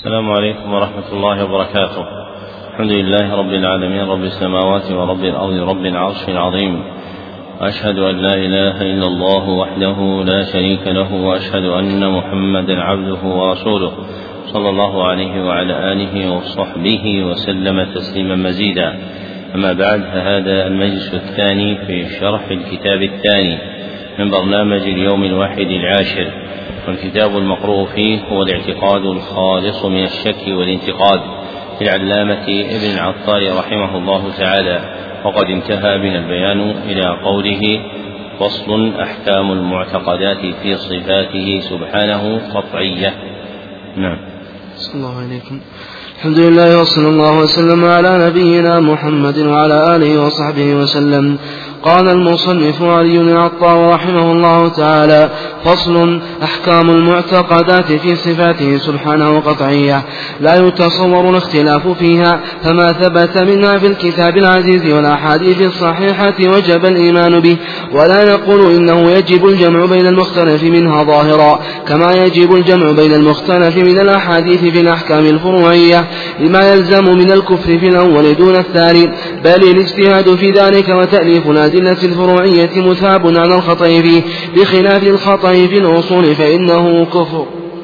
السلام عليكم ورحمة الله وبركاته. الحمد لله رب العالمين، رب السماوات ورب الأرض، رب العرش العظيم، وأشهد أن لا إله إلا الله وحده لا شريك له، وأشهد أن محمدا عبده ورسوله، صلى الله عليه وعلى آله وصحبه وسلم تسليما مزيدا. أما بعد، فهذا المجلس الثاني في شرح الكتاب الثاني من برنامج اليوم الواحد العاشر، والكتاب المقروء فيه هو الاعتقاد الخالص من الشك والانتقاد للعلامة ابن العطار رحمه الله تعالى. وقد انتهى بنا البيان إلى قوله: فصل: أحكام المعتقدات في صفاته سبحانه قطعية. نعم. بسم الله عليكم. الحمد لله وصلى الله وسلم على نبينا محمد وعلى آله وصحبه وسلم. قال المصنف علي العطار رحمه الله تعالى: فصل: أحكام المعتقدات في صفاته سبحانه قطعية، لا يتصور الاختلاف فيها، فما ثبت منها في الكتاب العزيز والأحاديث الصحيحة وجب الإيمان به، ولا نقول إنه يجب الجمع بين المختلف منها ظاهرا، كما يجب الجمع بين المختلف من الأحاديث في الأحكام الفروعية، لما يلزم من الكفر في الأول دون الثاني، بل الاجتهاد في ذلك وتأليف الأدلة الفروعية مثاب على الخطأ فيه، بخلاف الخطأ في الأصول فإنه كفر.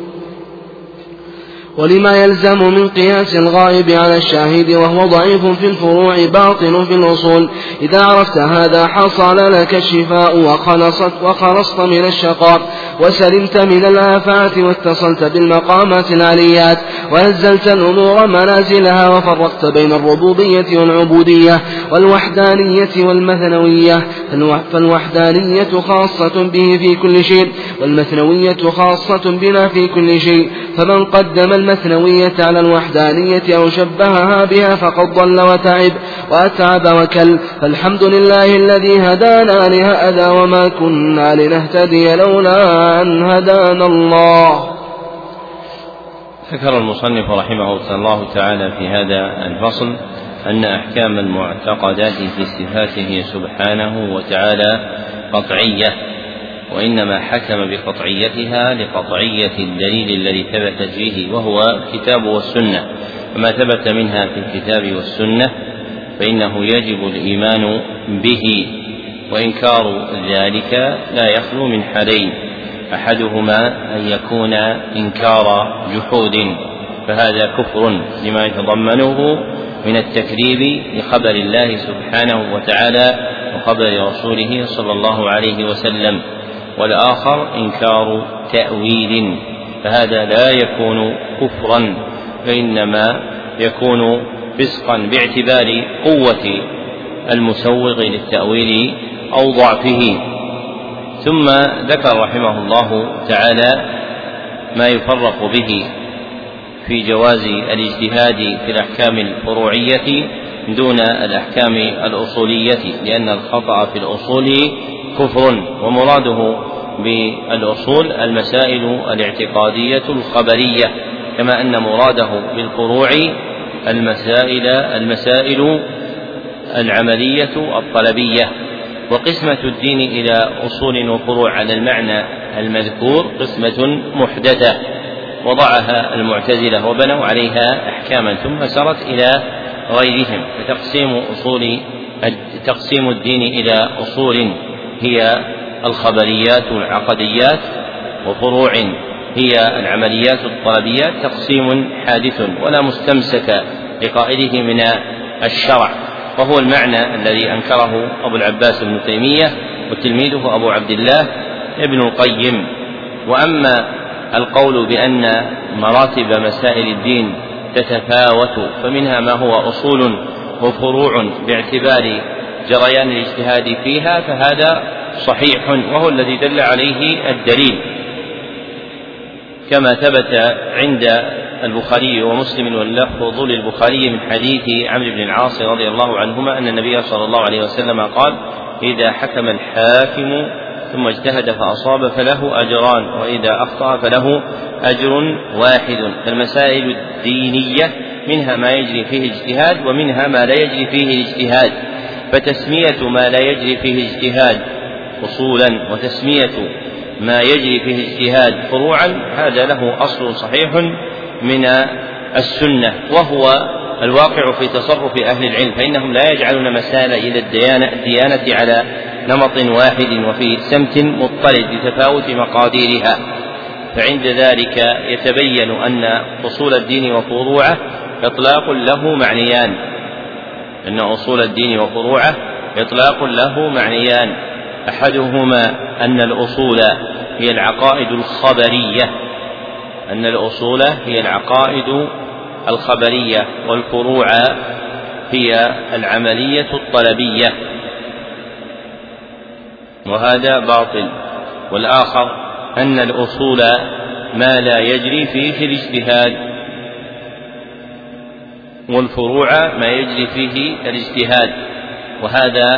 ولما يلزم من قياس الغائب على الشاهد وهو ضعيف في الفروع باطل في الأصول. إذا عرفت هذا حصل لك الشفاء وخلصت من الشقاء، وسلمت من الآفات، واتصلت بالمقامات العليات، ونزلت الأمور منازلها، وفرقت بين الربوبية والعبودية والوحدانية والمثنوية. فالوحدانية خاصة به في كل شيء، والمثنوية خاصة بنا في كل شيء، فمن قدم المثنوية على الوحدانية أو شبهها بها فقد ضل وأتعب وكل. فالحمد لله الذي هدانا لهذا، وما كنا لنهتدي لولا أن هدانا الله. ذكر المصنف رحمه الله تعالى في هذا الفصل أن أحكام المعتقدات في صفاته سبحانه وتعالى قطعية، وإنما حكم بقطعيتها لقطعية الدليل الذي ثبتت فيه، وهو الكتاب والسنة. وما ثبت منها في الكتاب والسنة فإنه يجب الإيمان به، وإنكار ذلك لا يخلو من حالين: أحدهما أن يكون إنكار جحود، فهذا كفر لما يتضمنه من التكذيب لخبر الله سبحانه وتعالى وخبر رسوله صلى الله عليه وسلم. والآخر إنكار تأويل، فهذا لا يكون كفرا، فإنما يكون فسقا باعتبار قوة المسوغ للتأويل أو ضعفه. ثم ذكر رحمه الله تعالى ما يفرق به في جواز الاجتهاد في الأحكام الفروعية دون الأحكام الأصولية، لأن الخطأ في الأصول كفر، ومراده بالأصول المسائل الاعتقادية الخبرية، كما أن مراده بالفروع المسائل العملية الطلبية. وقسمة الدين إلى أصول وفروع على المعنى المذكور قسمة محدثة وضعها المعتزلة وبنوا عليها أحكاما ثم سرت إلى غيرهم. فتقسيم الدين إلى أصول هي الخبريات والعقديات، وفروع هي العمليات الطلبيات، تقسيم حادث ولا مستمسك لقائله من الشرع، وهو المعنى الذي أنكره أبو العباس ابن تيمية وتلميذه أبو عبد الله ابن القيم. وأما القول بأن مراتب مسائل الدين تتفاوت، فمنها ما هو أصول وفروع باعتبار جريان الاجتهاد فيها، فهذا صحيح، وهو الذي دل عليه الدليل، كما ثبت عند البخاري ومسلم واللفظ للبخاري من حديث عمرو بن العاص رضي الله عنهما أن النبي صلى الله عليه وسلم قال: إذا حكم الحاكم ثم اجتهد فأصاب فله أجران، وإذا أخطأ فله أجر واحد. فالمسائل الدينية منها ما يجري فيه اجتهاد، ومنها ما لا يجري فيه اجتهاد، فتسمية ما لا يجري فيه اجتهاد أصولا وتسمية ما يجري فيه اجتهاد فروعا هذا له أصل صحيح من السنة، وهو الواقع في تصرف أهل العلم، فإنهم لا يجعلون مسائل إلى الديانة على نمط واحد وفي سمت مضطرد لتفاوت مقاديرها، فعند ذلك يتبين أن أصول الدين وفروعه إطلاق له معنيان، أن أصول الدين وفروعه إطلاق له معنيان، أحدهما أن الأصول هي العقائد الخبرية، أن الأصول هي العقائد الخبرية، والفروع هي العملية الطلبية، وهذا باطل. والآخر أن الأصول ما لا يجري فيه الاجتهاد، والفروع ما يجري فيه الاجتهاد، وهذا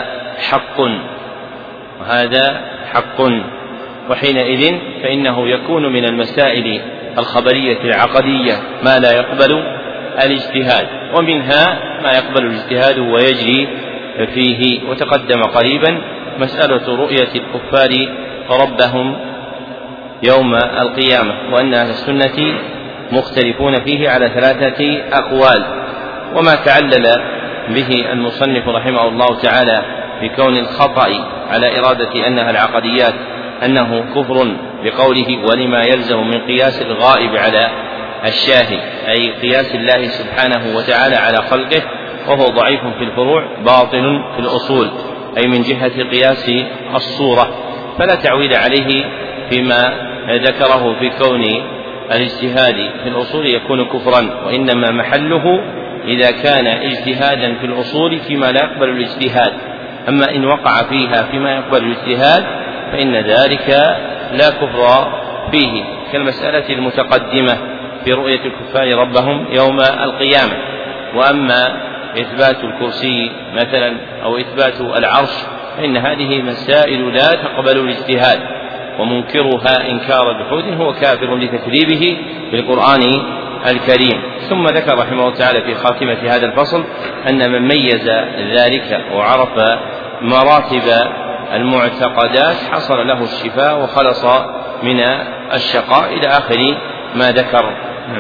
حق، وحينئذ فإنه يكون من المسائل الخبرية العقدية ما لا يقبل الاجتهاد، ومنها ما يقبل الاجتهاد ويجري فيه. وتقدم قريبا مسألة رؤية الكفار ربهم يوم القيامة، وأن أهل السنة مختلفون فيه على 3 أقوال. وما تعلل به المصنف رحمه الله تعالى في كون الخطأ على إرادة أنها العقديات أنه كفر بقوله ولما يلزم من قياس الغائب على الشاهد، أي قياس الله سبحانه وتعالى على خلقه، وهو ضعيف في الفروع باطل في الأصول، أي من جهة قياس الصورة، فلا تعويل عليه فيما ذكره في كون الاجتهاد في الأصول يكون كفرا، وإنما محله إذا كان اجتهادا في الأصول فيما لا يقبل الاجتهاد. أما إن وقع فيها فيما يقبل الاجتهاد فإن ذلك لا كفر فيه، كالمسألة المتقدمة في رؤية الكفار ربهم يوم القيامة. وأما إثبات الكرسي مثلا أو إثبات العرش فإن هذه مسائل لا تقبل الاجتهاد، ومنكرها إنكار جحود هو كافر لتكذيبه بالقرآن الكريم. ثم ذكر رحمه الله تعالى في خاتمة هذا الفصل أن من ميز ذلك وعرف مراتب المعتقدات حصل له الشفاء وخلص من الشقاء إلى آخر ما ذكر.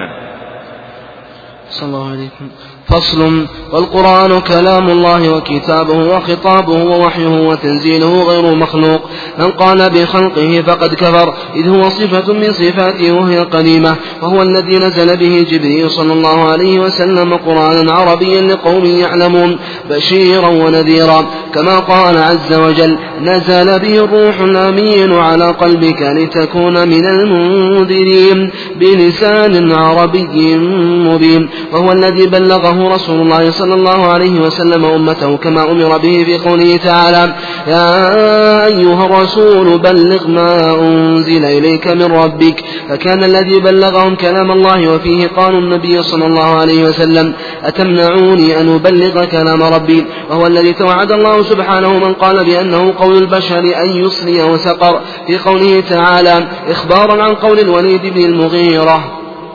صلى الله عليكم. فصل. والقرآن كلام الله وكتابه وخطابه ووحيه وتنزيله غير مخلوق، من قال بخلقه فقد كفر، إذ هو صفة من صفاته وهي قديمة، وهو الذي نزل به جبريل صلى الله عليه وسلم قرآنا عربيا لقوم يعلمون بشيرا ونذيرا، كما قال عز وجل نزل به الروح الأمين على قلبك لتكون من المنذرين بلسان عربي مبين، وهو الذي بلغه رسول الله صلى الله عليه وسلم أمته كما أمر به في قوله تعالى يا أيها الرسول بلغ ما أنزل إليك من ربك، فكان الذي بلغهم كلام الله، وفيه قال النبي صلى الله عليه وسلم أتمنعوني أن أبلغ كلام ربي، وهو الذي توعد الله سبحانه من قال بأنه قول البشر أن يصلي وسقر في قوله تعالى إخبارا عن قول الوليد بن المغيرة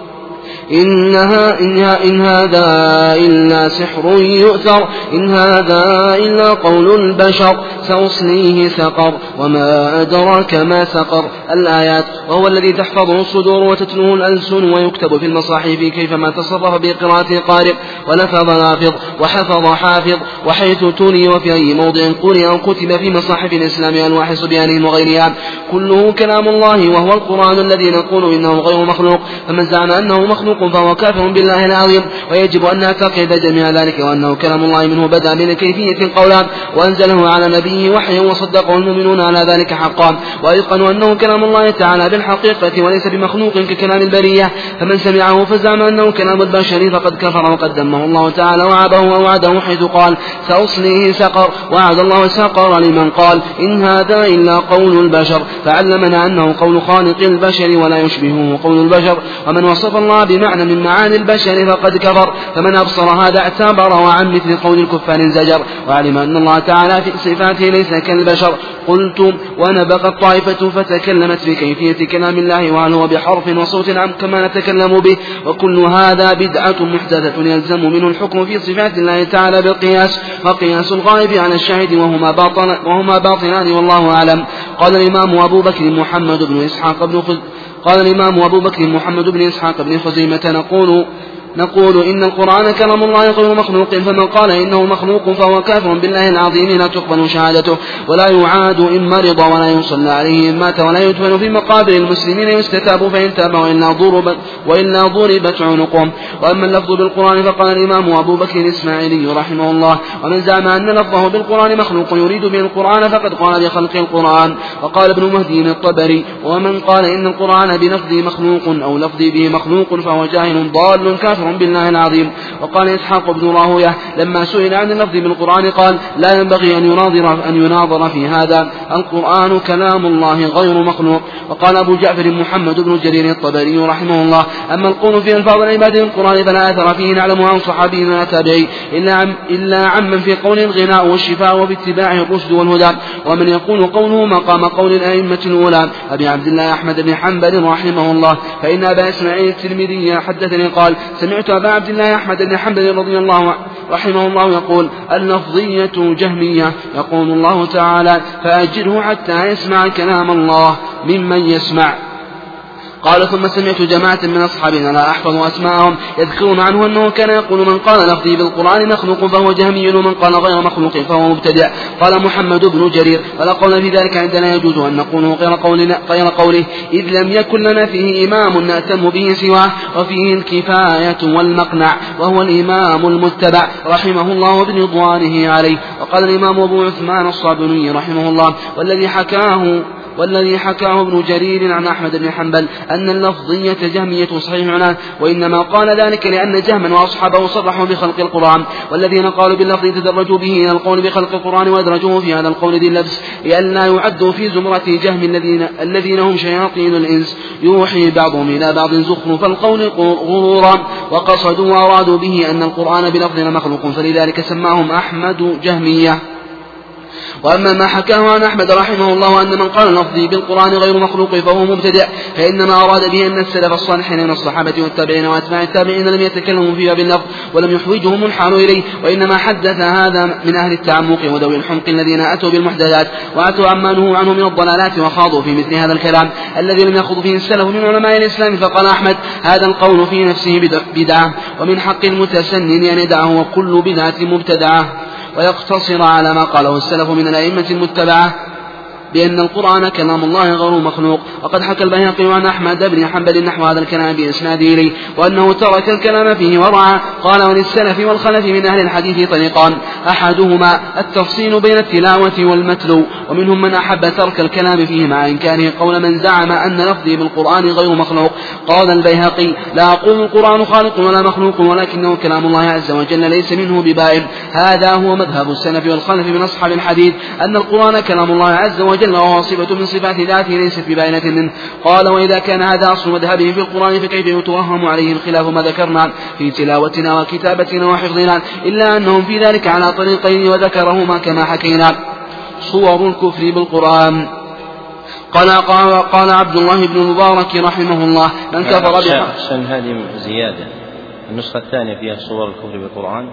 إن هذا إلا سحر يؤثر، إن هذا إلا قول البشر سأصليه سقر وما أدراك ما سقر الآيات، وهو الذي تحفظه الصدور وتتلوه الألسن ويكتب في المصاحف كيفما تصرف بقراءة قارئ ولفظ نافظ وحفظ حافظ، وحيث تولي وفي أي موضع قرئ أو كتب في مصاحف الإسلام أنواع صبيانهم وغيرها كله كلام الله، وهو القرآن الذي نقول إنه غير مخلوق، فمن زعم أنه مخلوق فهو كافر بالله العظيم، ويجب أن نعتقد جميع ذلك وأنه كلام الله منه بدأ من كيفية قولا وأنزله على نبيه وحيا وصدقه المؤمنون على ذلك حقا، وأيقنوا أنه كلام الله تعالى بالحقيقة وليس بمخلوق ككلام البرية، فمن سمعه فزعم أنه كلام البشر فقد كفر وقد ذمه الله تعالى ووعده حيث قال سأصليه سقر، وعد الله سقر لمن قال إن هذا إلا قول البشر، فعلمنا أنه قول خالق البشر ولا يشبهه قول البشر، ومن وصف الله بمعنى من معاني البشر فقد كفر، فمن أبصر هذا اعتبر وعن مثل قول الكفار انزجر، وعلم أن الله تعالى في صفاته ليس كالبشر. قلت ونبقت طائفة فتكلمت في كيفية كلام الله وهل هو بحرف وصوت عام كما نتكلم به، وكل هذا بدعة محدثة يلزم منه الحكم في صفات الله تعالى بالقياس، وقياس الغائب على الشاهد وهما باطلان والله أعلم. قال الإمام أبو بكر محمد بن إسحاق بن خزيمة نقول نقول إن القرآن كلام الله غير مخلوق، فمن قال إنه مخلوق فهو كافر بالله العظيم لا تقبل شهادته ولا يعاد إن مرض ولا يصلى عليه إن مات ولا يدفن في مقابر المسلمين يستتاب فإن تاب وإلا ضربت عنقهم. وأما اللفظ بالقرآن فقال الإمام أبو بكر الإسماعيلي رحمه الله: ومن زعم أن لفظه بالقرآن مخلوق يريد به القرآن فقد قال بخلق القرآن. وقال ابن مهدي الطبري: ومن قال إن القرآن بلفظه مخلوق أو لفظي به مخلوق فهو جاهل ضال كافر بالله العظيم. وقال إسحاق بن راهويه لما سئل عن اللفظ بالقرآن قال: لا ينبغي أن يناظر في هذا، القرآن كلام الله غير مخلوق. وقال أبو جعفر محمد بن جرير الطبري رحمه الله: أما القول في ألفاظ العباد بالقرآن فلا أثر فيه نعلمه عن صحابي ولا تابعي إلا عمن في قول الغناء والشفاء وفي اتباعه الرشد والهدى، ومن يقول قوله مقام قول الأئمة الأولى أبي عبد الله أحمد بن حنبل رحمه الله. فإن أبا إسماعيل الترمذي حدثني قال: سمعت أبا عبد الله أحمد بن حنبل رضي الله رحمه الله يقول: اللفظية جهمية. يقول الله تعالى: فأجره حتى يسمع كلام الله ممن يسمع. قال: ثم سمعت جماعة من أصحابنا لا أحفظ أسماءهم يذكرون عنه أنه كان يقول: من قال لفظي بالقرآن مخلوق فهو جهمي، ومن قال غير مخلوق فهو مبتدع. قال محمد بن جرير: ولا قول في ذلك عندنا يجوز أن نقوله غير قوله، إذ لم يكن لنا فيه إمام نأتم به سواه، وفيه الكفاية والمقنع، وهو الإمام المتبع رحمه الله برضوانه عليه. وقال الإمام أبو عثمان الصابوني رحمه الله: والذي حكاه ابن جرير عن أحمد بن حنبل أن اللفظية جهمية صحيح عنه، وإنما قال ذلك لأن جهما وأصحابه صرحوا بخلق القرآن، والذين قالوا باللفظ تدرجوا به إلى القول بخلق القرآن وأدرجوه في هذا القول ذي اللبس لئلا يعدوا في زمرة جهم الذين هم شياطين الإنس يوحي بعضهم إلى بعض زخرف القول غرورا، وقصدوا وأرادوا به أن القرآن بلفظ مخلوق، فلذلك سماهم أحمد جهمية. وأما ما حكاه عن أحمد رحمه الله أن من قال لفظي بالقرآن غير مخلوق فهو مبتدع، فإنما أراد به أن السلف الصالحين من الصحابة والتابعين وأتباع التابعين لم يتكلموا في باب اللفظ ولم يحوجهم الحال إليه، وإنما حدث هذا من أهل التعمق وذوي الحمق الذين أتوا بالمحدثات وأتوا عما نهوا عنه من الضلالات وخاضوا في مثل هذا الكلام الذي لم يخض فيه السلف من علماء الإسلام. فقال أحمد: هذا القول في نفسه بدعة، ومن حق المتسنن أن يدعه وكل بدعة مبتدعة، ويقتصر على ما قاله السلف من الأئمة المتبعة بأن القرآن كلام الله غير مخلوق. وقد حكى البيهقي عن أحمد بن حنبل نحو هذا الكلام بإسناده إليه، وأنه ترك الكلام فيه ورعى. قال: وللسلف والخلف من أهل الحديث طريقان: أحدهما التفصيل بين التلاوة والمتلو، ومنهم من أحب ترك الكلام فيه مع إنكاره قول من زعم أن لفظي بالقرآن غير مخلوق. قال البيهقي: لا أقول القرآن خالق ولا مخلوق، ولكنه كلام الله عز وجل ليس منه ببائن. هذا هو مذهب السلف والخلف من أصحاب الحديث، أن القرآن كلام الله عز وجل وهو صفة من صفات ذاته ليست بباينة منه. قال: وإذا كان هذا أصل مذهبه في القرآن فكيف يتوهم عليه الخلاف ما ذكرنا في تلاوتنا وكتابتنا وحفظنا، إلا أنهم في ذلك على طريقين وذكرهما كما حكينا. صور الكفر بالقرآن. قال عبد الله بن المبارك رحمه الله: من كفر عشان هذه زيادة، النسخة الثانية فيها صور الكفر بالقرآن،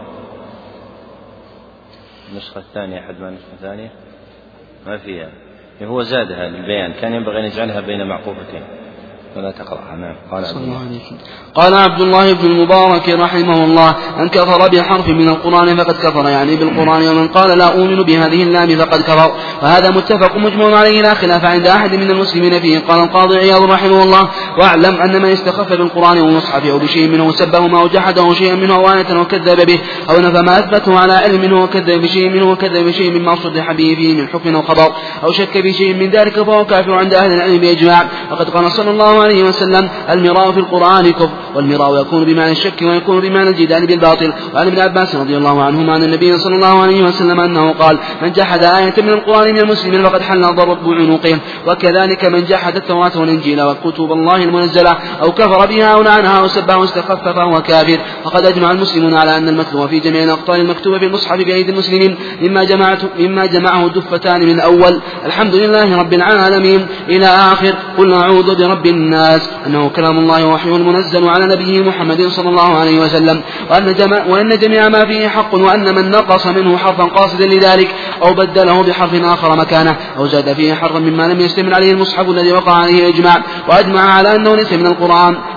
النسخة الثانية أحد ما النسخة الثانية ما فيها، هو زادها للبيان، كان ينبغي أن يجعلها بين معقوفتين ولا تقرأها. نعم. قال عبد الله بن المبارك رحمه الله: من كفر بحرف من القرآن فقد كفر، يعني بالقرآن، ومن قال لا أؤمن بهذه اللام فقد كفر. وهذا متفق مجمع عليه لا خلاف عند أحد من المسلمين فيه. قال القاضي عياض رحمه الله: واعلم أن من استخف بالقرآن والمصحف أو بشيء منه سبهما وجحده شيئا منه أو آية وكذب به أو نفى ما أثبته على علم منه وكذب بشيء منه وكذب بشيء مما صدح به فيه من حكم أو خبر أو شك بشيء من ذلك فهو كافر عند أهل العلم بإجماع. وقد قال صلى الله عليه وسلم: المراء في القرآن كفر، والمراء يكون بمعنى الشك ويكون بمعنى الجدال بالباطل. وعن ابن عباس رضي الله عنهما عن النبي صلى الله عليه وسلم أنه قال: من جحد آية من القرآن من المسلمين فقد حل ضرب عنقهم. وكذلك من جحد التوراة والإنجيل وكتب الله المنزلة أو كفر بها أو لعنها أو سبها واستخف فهو كافر. وقد أجمع المسلمون على أن المتلو في جميع الأقطار المكتوبة في المصحف بأيدي المسلمين مما جمعه الدفتان من أول الحمد لله رب العالمين إلى آخر قل أعوذ برب الناس، أنه كلام الله وحيه المنزل على نبيه محمد صلى الله عليه وسلم، وأن جميع ما فيه حق، وأن من نقص منه حرفا قاصدا لذلك أو بدله بحرف آخر مكانه أو زاد فيه حرفا مما لم يستمر عليه المصحف الذي وقع عليه الإجماع وأجمع على أنه ليس من القرآن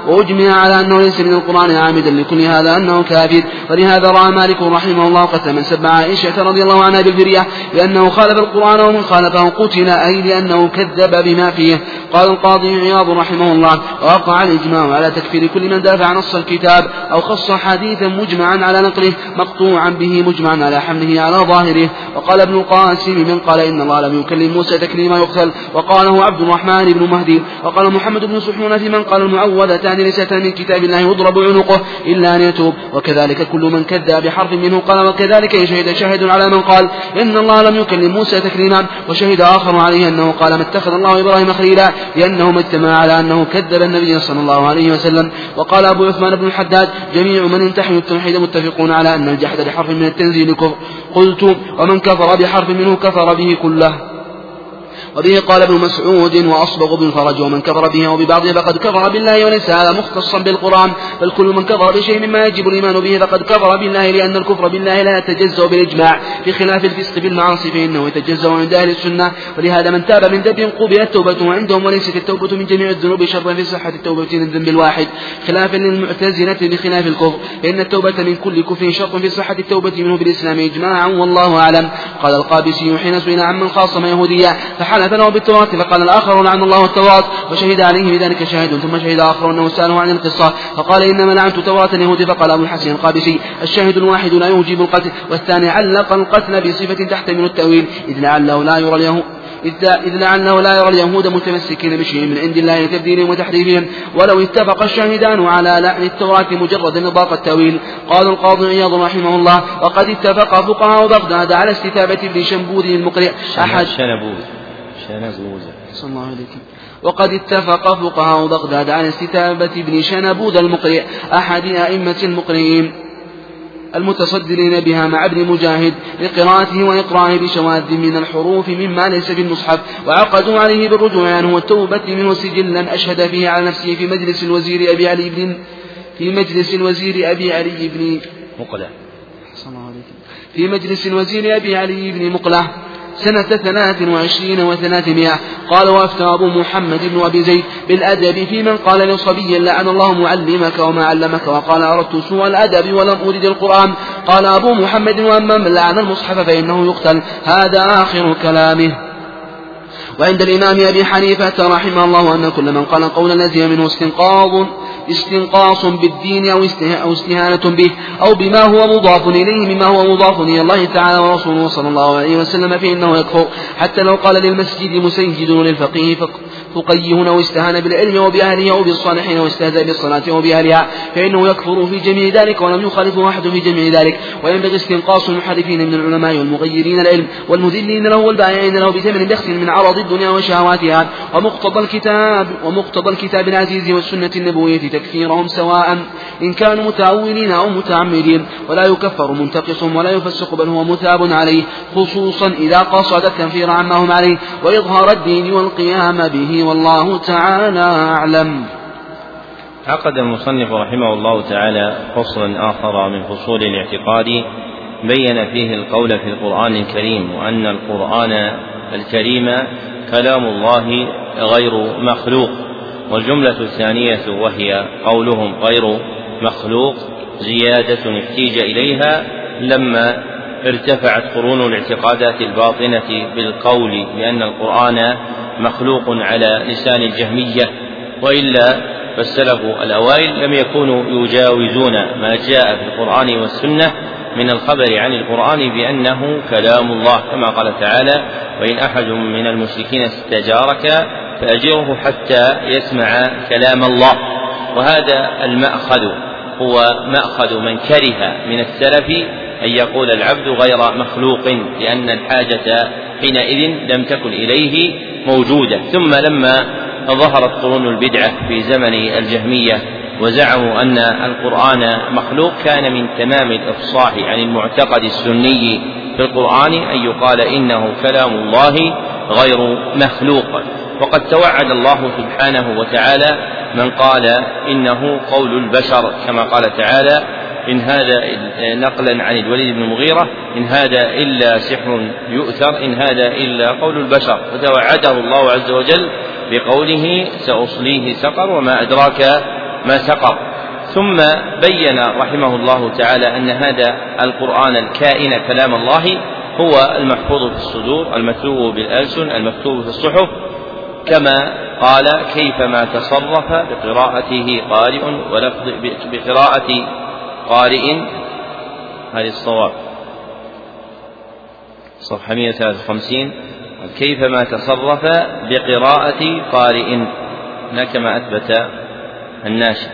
وأجمع على أنه ليس من القرآن عامدا لكل هذا أنه كافر. ولهذا رأى مالك رحمه الله قتل من سب عائشة رضي الله عنها بالفرية لأنه خالف القرآن ومن خالفه قتل، أي لأنه كذب بما فيه. قال القاضي عياض رحمه الله: ووقع الإجماع على تكفير كل من دافع نص الكتاب أو خص حديثا مجمعا على نقله مقطوعا به مجمعا على حمله على ظاهره. وقال ابن القاسم من قال إن الله لم يكلم موسى تكليما يقتل، وقاله عبد الرحمن بن مهدي. وقال محمد بن سحنون في من قال المعوذتان ليستا من كتاب الله يضرب عنقه إلا أن يتوب. وكذلك كل من كذب بحرف منه. قال: وكذلك يشهد شاهد على من قال إن الله لم يكلم موسى تكليما، وشهد آخر عليه أنه قال ما اتخذ الله إبراهيم خليلا، لأنه ما اجتمع على أنه كذب النبي صلى الله عليه وسلم. وقال أبو عثمان بن الحداد: جميع من انتحلوا التوحيد متفقون على أن الجحد بحرف من التنزيل كفر. قلت: ومن كفر بحرف منه كفر به كله. وبه قال ابن مسعود وأصبغ بن فرج: ومن كفر به وببعضه فقد كفر بالله، وليس هذا مختصا بالقرآن، بل كل من كفر بشيء مما يجب الإيمان به فقد كفر بالله، لأن الكفر بالله لا يتجزأ بالإجماع، بخلاف الفسق بالمعاصي فإنه يتجزأ عند أهل السنة. ولهذا من تاب من ذنب قبلت توبته عندهم، وليست التوبة من جميع الذنوب شرطا في صحة التوبة من الذنب الواحد، خلافا للمعتزلة بخلاف الكفر، فإن التوبة من كل كفر شرط في صحة التوبة منه بالإسلام إجماعا، والله أعلم. قال القابسي حين سئل عمن خاصم يهوديا فحلف له بالتوراة فقال الآخر: لعن الله التوراة، وشهد عليه بذلك شاهد. ثم شهد آخر أنه سأله عن القصة فقال: إنما لعنت توراة اليهود. فقال أبو الحسن القابسي: الشاهد الواحد لا يوجب القتل، والثاني علق القتل بصفة تحتمل التأويل، إذ لعله لا يرى اليهود متمسكين بشيء من عند الله لتبديلهم وتحريفهم، ولو اتفق الشاهدان على لعن التوراة مجرد نطاق التأويل. قال القاضي عياض رحمه الله: وقد اتفق فقهاء بغداد على استتابة ابن شنبوذ المقرئ وقد اتفق فقهاء بغداد على استتابة ابن شنبوذ المقرئ أحد أئمة المقرئين المتصدرين بها مع ابن مجاهد لقراءته وإقرائه بشواذ من الحروف مما ليس في المصحف، وعقدوا عليه بالرجوع عنه والتوبة منه سجلا أشهد فيه على نفسه في مجلس الوزير أبي علي بن مقلة سنة 23 و300. قال: وأفتى أبو محمد بن أبي زيد بالأدب في من قال لصبي: لعن الله معلمك وما علمك، وقال: أردت سوء الأدب ولم أرد القرآن. قال أبو محمد: وأما من لعن المصحف فإنه يقتل. هذا آخر كلامه. وعند الإمام أبي حنيفة رحمه الله أن كل من قال قولا لزم منه استنقاص بالدين أو استهانة به أو بما هو مضاف إليه مما هو مضاف إلى الله تعالى ورسوله صلى الله عليه وسلم فإنه يكفر، حتى لو قال للمسجد مسيجد للفقيه فقيه أو استهان بالعلم وبأهله أو بالصالحين واستهزأ بالصلاة وبأهلها فإنه يكفر في جميع ذلك ولم يخالفه أحد في جميع ذلك. وينبغي استنقاص المحرفين من العلماء والمغيرين العلم والمذلين له والبائعين له بثمن بخس من عرض الدنيا وشهواتها. ومقتضى الكتاب العزيز والسنة النبوية تكفيرهم سواء إن كانوا متأولين أو متعمدين، ولا يكفر منتقصهم ولا يفسق، بل هو مثاب عليه، خصوصا إذا قصد التنفير عما هم عليه وإظهار الدين والقيام به، والله تعالى أعلم. عقد المصنف رحمه الله تعالى فصلا آخر من فصول الاعتقاد بين فيه القول في القرآن الكريم، وأن القرآن الكريم كلام الله غير مخلوق. والجملة الثانية وهي قولهم غير مخلوق زيادة احتيج إليها لما ارتفعت قرون الاعتقادات الباطنة بالقول بأن القرآن مخلوق على لسان الجهمية، وإلا فالسلف الأوائل لم يكونوا يجاوزون ما جاء في القرآن والسنة من الخبر عن القرآن بأنه كلام الله، كما قال تعالى: وإن أحد من المشركين استجارك فأجره حتى يسمع كلام الله. وهذا المأخذ هو مأخذ من كره من السلف أن يقول العبد غير مخلوق، لأن الحاجة حينئذ لم تكن إليه موجودة. ثم لما ظهرت قرون البدعة في زمن الجهمية وزعموا أن القرآن مخلوق، كان من تمام الإفصاح عن المعتقد السني في القرآن أن يقال إنه كلام الله غير مخلوق. وقد توعد الله سبحانه وتعالى من قال إنه قول البشر، كما قال تعالى: إن هذا نقلا عن الوليد بن المغيرة: إن هذا إلا سحر يؤثر، إن هذا إلا قول البشر. وتوعده الله عز وجل بقوله: سأصليه سقر وما أدراك ما سقط. ثم بين رحمه الله تعالى أن هذا القرآن الكائن كلام الله هو المحفوظ في الصدور المتلو بالألسن المكتوب في الصحف، كما قال كيفما تصرف بقراءته قارئ ولفظ بقراءة قارئ، هذه الصواب صفحة 153، كيفما تصرف بقراءة قارئ لا كما أثبت الناشر،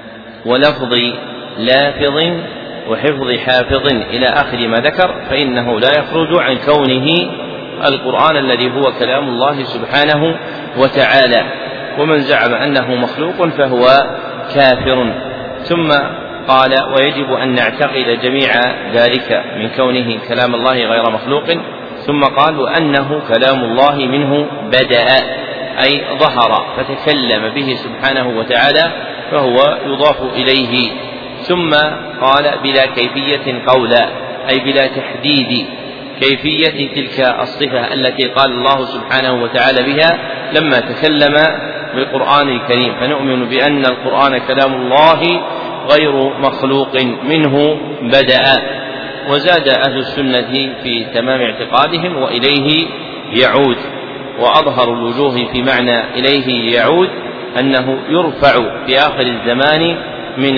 ولفظ لافظ وحفظ حافظ إلى آخر ما ذكر، فإنه لا يخرج عن كونه القرآن الذي هو كلام الله سبحانه وتعالى. ومن زعم أنه مخلوق فهو كافر. ثم قال ويجب أن نعتقد جميع ذلك من كونه كلام الله غير مخلوق. ثم قال وأنه كلام الله منه بدأ أي ظهر فتكلم به سبحانه وتعالى فهو يضاف إليه. ثم قال بلا كيفية قولا أي بلا تحديد كيفية تلك الصفة التي قال الله سبحانه وتعالى بها لما تكلم بالقرآن الكريم، فنؤمن بأن القرآن كلام الله غير مخلوق منه بدأ. وزاد أهل السنة في تمام اعتقادهم وإليه يعود، وأظهر الوجوه في معنى إليه يعود أنه يرفع في آخر الزمان من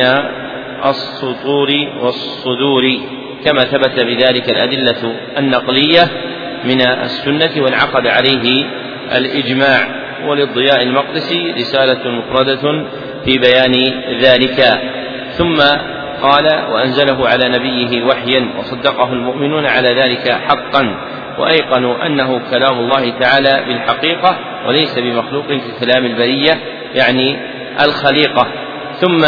السطور والصدور، كما ثبت بذلك الأدلة النقلية من السنة وانعقد عليه الإجماع. وللضياء المقدسي رسالة مفردة في بيان ذلك. ثم قال وأنزله على نبيه وحيا وصدقه المؤمنون على ذلك حقا، وأيقنوا أنه كلام الله تعالى بالحقيقة وليس بمخلوق ككلام البرية يعني الخليقة. ثم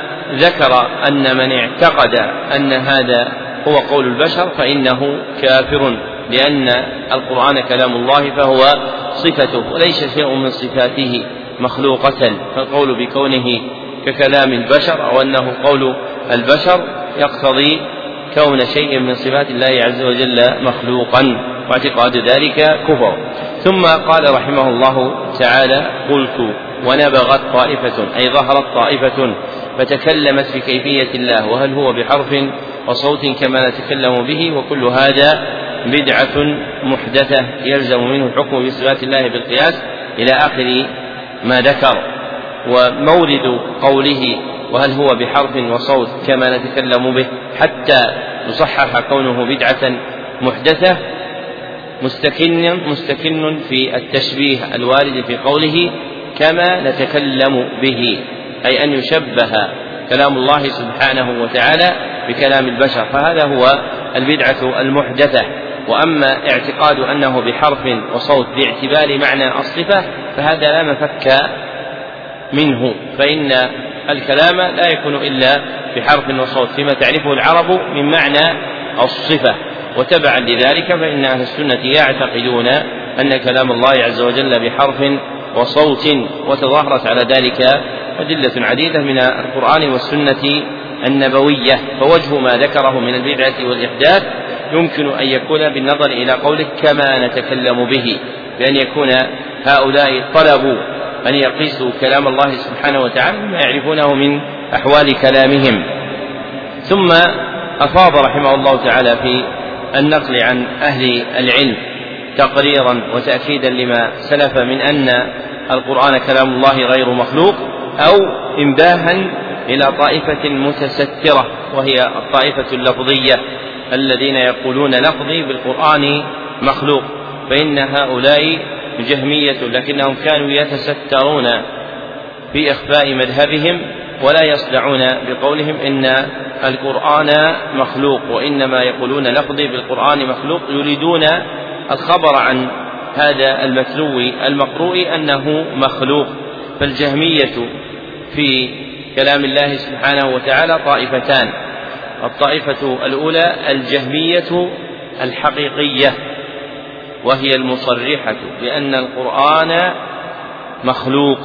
ذكر أن من اعتقد أن هذا هو قول البشر فإنه كافر، لأن القرآن كلام الله فهو صفته وليس شيء من صفاته مخلوقة، فالقول بكونه ككلام البشر أو أنه قول البشر يقتضي كون شيء من صفات الله عز وجل مخلوقا، واعتقاد ذلك كفر. ثم قال رحمه الله تعالى قلت ونبغت طائفة أي ظهرت طائفة فتكلمت في كيفية الله وهل هو بحرف وصوت كما نتكلم به، وكل هذا بدعة محدثة يلزم منه الحكم بصفات الله بالقياس إلى آخر ما ذكر. ومورد قوله وهل هو بحرف وصوت كما نتكلم به حتى يصحح كونه بدعة محدثة مستكن في التشبيه الوارد في قوله كما نتكلم به، أي أن يشبه كلام الله سبحانه وتعالى بكلام البشر، فهذا هو البدعة المحدثة. وأما اعتقاد أنه بحرف وصوت باعتبار معنى الصفة فهذا لا مفك منه، فإن الكلام لا يكون إلا بحرف وصوت فيما تعرفه العرب من معنى الصفة. وتبعا لذلك فإن أهل السنة يعتقدون أن كلام الله عز وجل بحرف وصوت، وتظاهرت على ذلك أدلة عديدة من القرآن والسنة النبوية. فوجه ما ذكره من البدعة والإحداث يمكن أن يكون بالنظر إلى قوله كما نتكلم به، بأن يكون هؤلاء طلبوا أن يقيسوا كلام الله سبحانه وتعالى بما يعرفونه من أحوال كلامهم. ثم أفاض رحمه الله تعالى في النقل عن أهل العلم تقريرا وتأكيدا لما سلف من أن القرآن كلام الله غير مخلوق، أو إنباها إلى طائفة متسترة وهي الطائفة اللفظية الذين يقولون لفظي بالقرآن مخلوق، فإن هؤلاء جهمية لكنهم كانوا يتسترون في إخفاء مذهبهم ولا يصدعون بقولهم إن القرآن مخلوق، وإنما يقولون لفظي بالقرآن مخلوق، يريدون الخبر عن هذا المتلو المقروء أنه مخلوق. فالجهمية في كلام الله سبحانه وتعالى طائفتان: الطائفة الأولى الجهمية الحقيقية وهي المصرحة بأن القرآن مخلوق،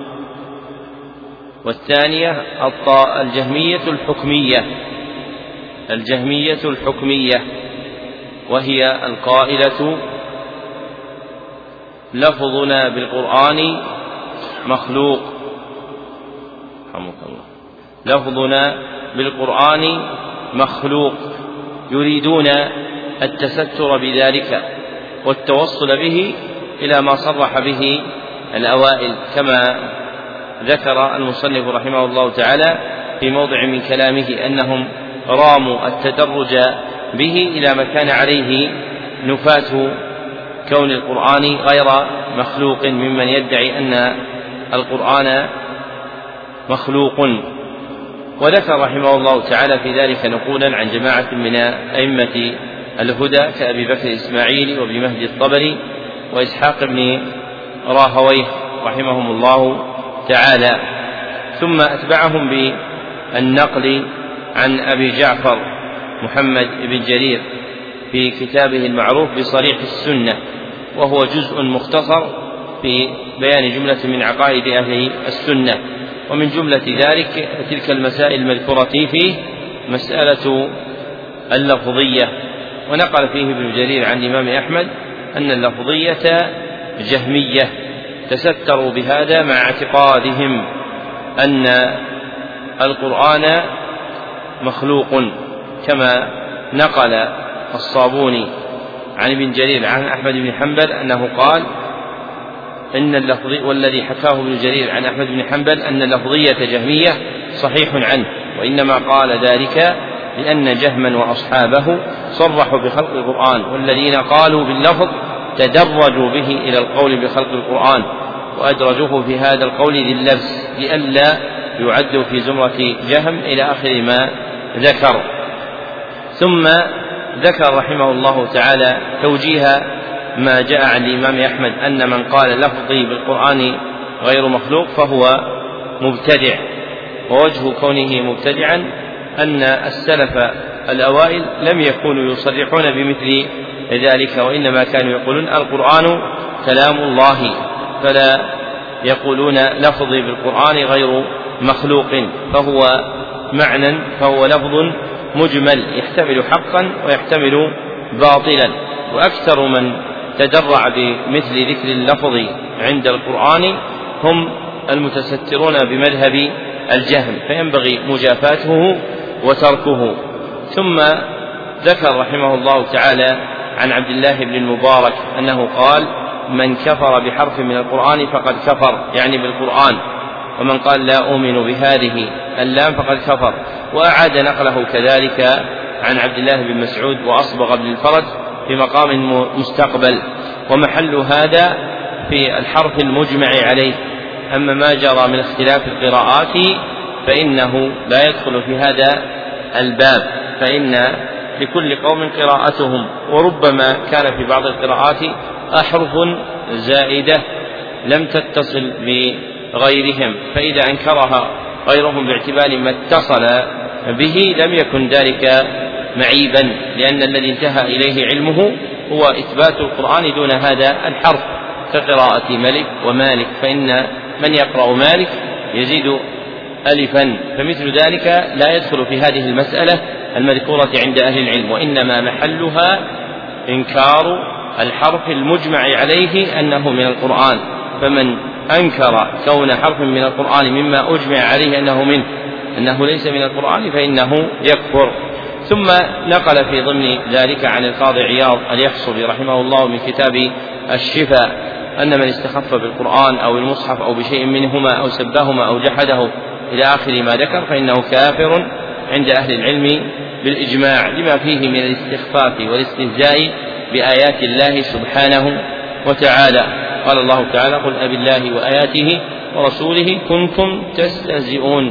والثانية الجهمية الحكمية وهي القائلة لفظنا بالقرآن مخلوق. رحمك الله. لفظنا بالقرآن مخلوق، يريدون التستر بذلك والتوصل به إلى ما صرح به الأوائل، كما ذكر المصنف رحمه الله تعالى في موضع من كلامه أنهم راموا التدرج به إلى ما كان عليه نفاة كون القرآن غير مخلوق ممن يدعي أن القرآن مخلوق. وذكر رحمه الله تعالى في ذلك نقولا عن جماعة من أئمة الهدى كأبي بكر إسماعيل وابن مهدي الطبري وإسحاق بن راهويه رحمهم الله تعالى، ثم أتبعهم بالنقل عن أبي جعفر محمد بن جرير في كتابه المعروف بصريح السنة، وهو جزء مختصر في بيان جملة من عقائد أهل السنة، ومن جملة ذلك تلك المسائل المذكورة فيه مسألة اللفظية. ونقل فيه ابن جرير عن الإمام أحمد أن اللفظية جهمية تستروا بهذا مع اعتقادهم أن القرآن مخلوق، كما نقل الصابوني عن ابن جرير عن أحمد بن حنبل أنه قال إن اللفظية، والذي حكاه ابن جرير عن أحمد بن حنبل أن اللفظية جهمية صحيح عنه، وإنما قال ذلك لأن جهما وأصحابه صرحوا بخلق القرآن، والذين قالوا باللفظ تدرجوا به إلى القول بخلق القرآن وأدرجوه في هذا القول لللبس لئلا يعد في زمرة جهم إلى آخر ما ذكر. ثم ذكر رحمه الله تعالى توجيه ما جاء عن الإمام أحمد أن من قال لفظي بالقرآن غير مخلوق فهو مبتدع، ووجه كونه مبتدعا أن السلف الأوائل لم يكونوا يصرحون بمثل ذلك، وإنما كانوا يقولون القرآن كلام الله، فلا يقولون لفظي بالقرآن غير مخلوق، فهو لفظ مجمل يحتمل حقا ويحتمل باطلا. وأكثر من تدرع بمثل ذكر اللفظ عند القرآن هم المتسترون بمذهب الجهم، فينبغي مجافاته وتركه. ثم ذكر رحمه الله تعالى عن عبد الله بن المبارك أنه قال من كفر بحرف من القرآن فقد كفر، يعني بالقرآن، ومن قال لا أؤمن بهذه اللام فقد كفر. وأعاد نقله كذلك عن عبد الله بن مسعود وأصبغ بن الفرج في مقام مستقبل، ومحل هذا في الحرف المجمع عليه. أما ما جرى من اختلاف القراءات فإنه لا يدخل في هذا الباب، فإن لكل قوم قراءتهم، وربما كان في بعض القراءات أحرف زائدة لم تتصل بغيرهم، فإذا أنكرها غيرهم باعتبار ما اتصل به لم يكن ذلك معيبا، لأن الذي انتهى إليه علمه هو إثبات القرآن دون هذا الحرف، كقراءة ملك ومالك، فإن من يقرأ مالك يزيد ألفا، فمثل ذلك لا يدخل في هذه المسألة المذكورة عند أهل العلم، وإنما محلها إنكار الحرف المجمع عليه أنه من القرآن. فمن أنكر كون حرف من القرآن مما أجمع عليه أنه ليس من القرآن فإنه يكفر. ثم نقل في ضمن ذلك عن القاضي عياض اليحصبي رحمه الله من كتاب الشفاء أن من استخف بالقرآن أو المصحف أو بشيء منهما أو سبهما أو جحده إلى آخر ما ذكر فإنه كافر عند أهل العلم بالإجماع، لما فيه من الاستخفاف والاستهزاء بآيات الله سبحانه وتعالى. قال الله تعالى قل أبالله وآياته ورسوله كنتم تستهزئون.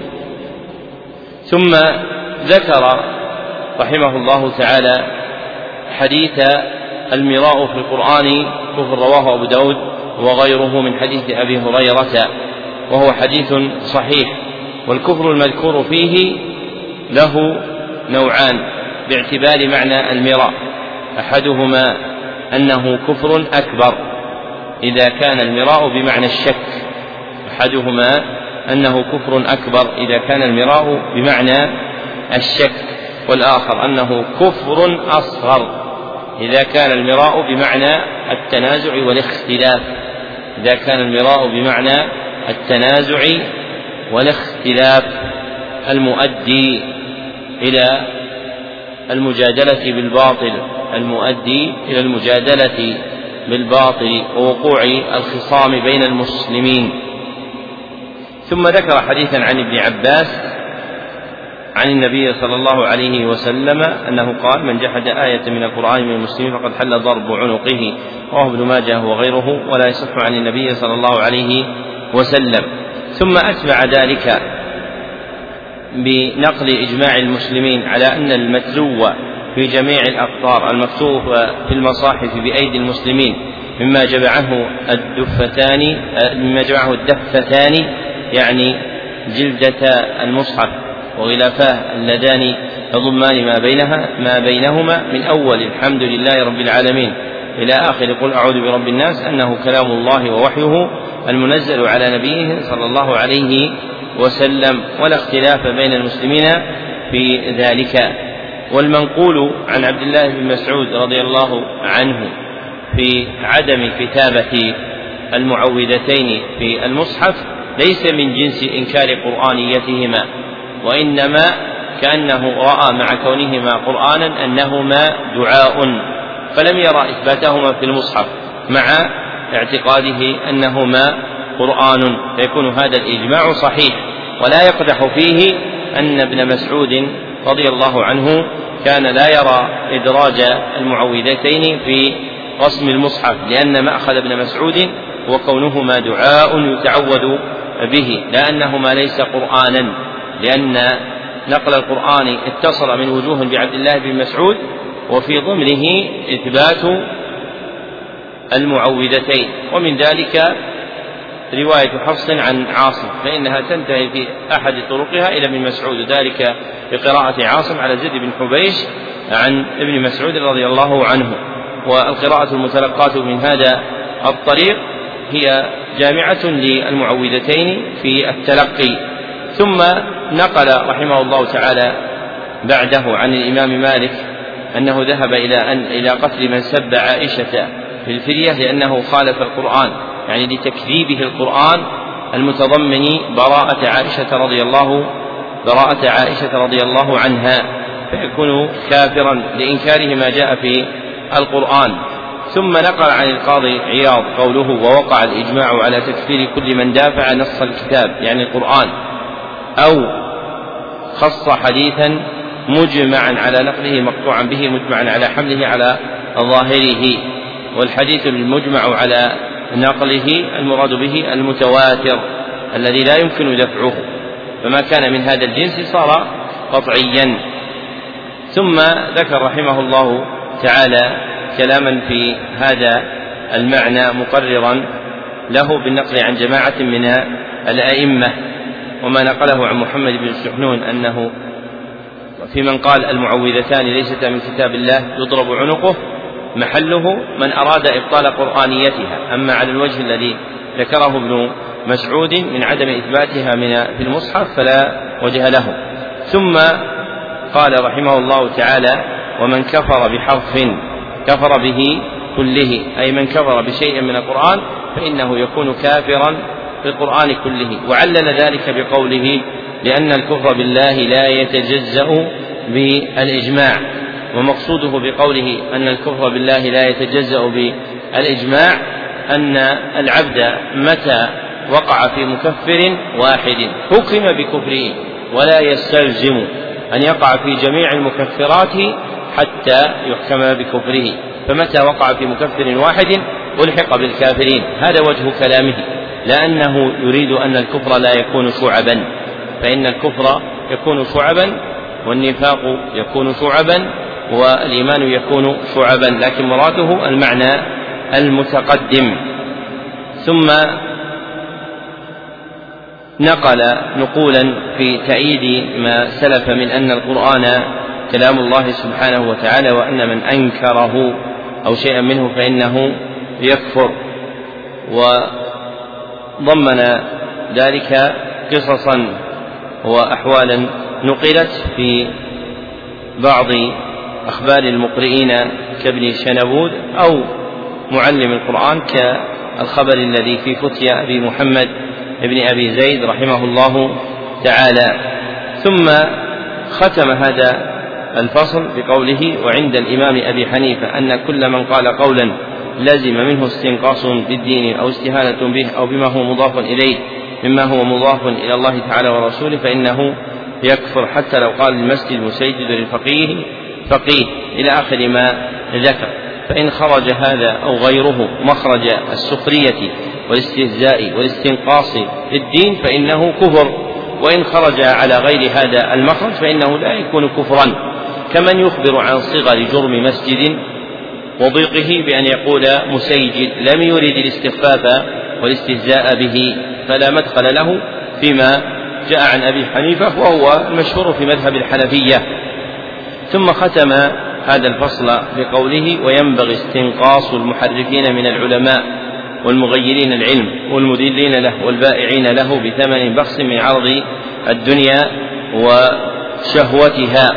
ثم ذكر رحمه الله تعالى حديث المراء في القرآن كفر، رواه أبو داود وغيره من حديث أبي هريرة، وهو حديث صحيح. والكفر المذكور فيه له نوعان باعتبار معنى المراء، أحدهما أنه كفر أكبر إذا كان المراء بمعنى الشك، أحدهما أنه كفر أكبر إذا كان المراء بمعنى الشك، والآخر أنه كفر أصغر إذا كان المراء بمعنى التنازع والاختلاف، إذا كان المراء بمعنى التنازع والاختلاف. المؤدي إلى المجادلة بالباطل، المؤدي إلى المجادلة بالباطل ووقوع الخصام بين المسلمين. ثم ذكر حديثا عن ابن عباس عن النبي صلى الله عليه وسلم أنه قال: من جحد آية من القرآن من المسلمين فقد حل ضرب عنقه، رواه ابن ماجه وغيره، ولا يصح عن النبي صلى الله عليه وسلم. ثم أتبع ذلك بنقل إجماع المسلمين على أن المتلو في جميع الأقطار المكتوب في المصاحف بأيدي المسلمين مما جمعه الدفتان يعني جلدة المصحف وغلافاه اللذان يضمان ما بينهما من أول الحمد لله رب العالمين إلى آخر قل أعوذ برب الناس، أنه كلام الله ووحيه المنزل على نبيه صلى الله عليه وسلم، ولا اختلاف بين المسلمين في ذلك. والمنقول عن عبد الله بن مسعود رضي الله عنه في عدم كتابة المعوذتين في المصحف ليس من جنس إنكار قرآنيتهما، وإنما كأنه رأى مع كونهما قرآنا أنهما دعاء، فلم يرى إثباتهما في المصحف مع اعتقاده أنهما قرآن، فيكون هذا الإجماع صحيح. ولا يقدح فيه أن ابن مسعود رضي الله عنه كان لا يرى إدراج المعوذتين في رسم المصحف، لأن مأخذ ابن مسعود وكونهما دعاء يتعوذ به، لأنهما ليس قرآنا، لأن نقل القرآن اتصل من وجوه بعبد الله بن مسعود، وفي ضمنه إثبات المعوذتين. ومن ذلك رواية حفص عن عاصم، فإنها تنتهي في أحد طرقها إلى ابن مسعود، ذلك بقراءة عاصم على زيد بن حبيش عن ابن مسعود رضي الله عنه. والقراءة المتلقاة من هذا الطريق هي جامعة للمعوذتين في التلقي. ثم نقل رحمه الله تعالى بعده عن الإمام مالك أنه ذهب إلى قتل من سب عائشة في الفرية لأنه خالف القرآن، يعني لتكذيبه القرآن المتضمن براءة عائشة رضي الله عنها، فيكون كافرا لإنكاره ما جاء في القرآن. ثم نقل عن القاضي عياض قوله: ووقع الإجماع على تكفير كل من دافع نص الكتاب يعني القرآن أو خص حديثا مجمعا على نقله مقطوعا به مجمعا على حمله على ظاهره. والحديث المجمع على نقله المراد به المتواتر الذي لا يمكن دفعه، فما كان من هذا الجنس صار قطعيا. ثم ذكر رحمه الله تعالى كلاما في هذا المعنى مقررا له بالنقل عن جماعة من الأئمة، وما نقله عن محمد بن السحنون أنه في من قال المعوذتان ليستا من كتاب الله يضرب عنقه، محله من أراد إبطال قرآنيتها. أما على الوجه الذي ذكره ابن مسعود من عدم إثباتها في المصحف فلا وجه له. ثم قال رحمه الله تعالى: ومن كفر بحرف كفر به كله، أي من كفر بشيء من القرآن فإنه يكون كافرا بالقرآن كله. وعلل ذلك بقوله: لأن الكفر بالله لا يتجزأ بالإجماع. ومقصوده بقوله أن الكفر بالله لا يتجزأ بالإجماع أن العبد متى وقع في مكفر واحد حكم بكفره، ولا يستلزم أن يقع في جميع المكفرات حتى يحكم بكفره، فمتى وقع في مكفر واحد ألحق بالكافرين. هذا وجه كلامه، لأنه يريد أن الكفر لا يكون شعبا، فإن الكفر يكون شعبا والنفاق يكون شعبا والإيمان يكون شعبا، لكن مراده المعنى المتقدم. ثم نقل نقولا في تأييد ما سلف من أن القرآن كلام الله سبحانه وتعالى، وأن من أنكره أو شيئا منه فإنه يكفر، وضمن ذلك قصصا وأحوالا نقلت في بعض أخبار المقرئين كابن شنبود أو معلم القرآن كالخبر الذي في فتيا أبي محمد ابن أبي زيد رحمه الله تعالى. ثم ختم هذا الفصل بقوله: وعند الإمام أبي حنيفة أن كل من قال قولا لازم منه استنقاص بالدين أو استهانة به أو بما هو مضاف إليه مما هو مضاف إلى الله تعالى ورسوله فإنه يكفر، حتى لو قال المسجد مسجد للفقيه فقيه إلى آخر ما ذكر. فإن خرج هذا أو غيره مخرج السخرية والاستهزاء والاستنقاص للدين فإنه كفر، وإن خرج على غير هذا المخرج فإنه لا يكون كفرا، كمن يخبر عن صغر جرم مسجد وضيقه بأن يقول مسيجد لم يرد الاستخفاف والاستهزاء به، فلا مدخل له فيما جاء عن أبي حنيفة وهو المشهور في مذهب الحنفية. ثم ختم هذا الفصل بقوله: وينبغي استنقاص المحرفين من العلماء والمغيرين العلم والمدلين له والبائعين له بثمن بخس من عرض الدنيا وشهوتها.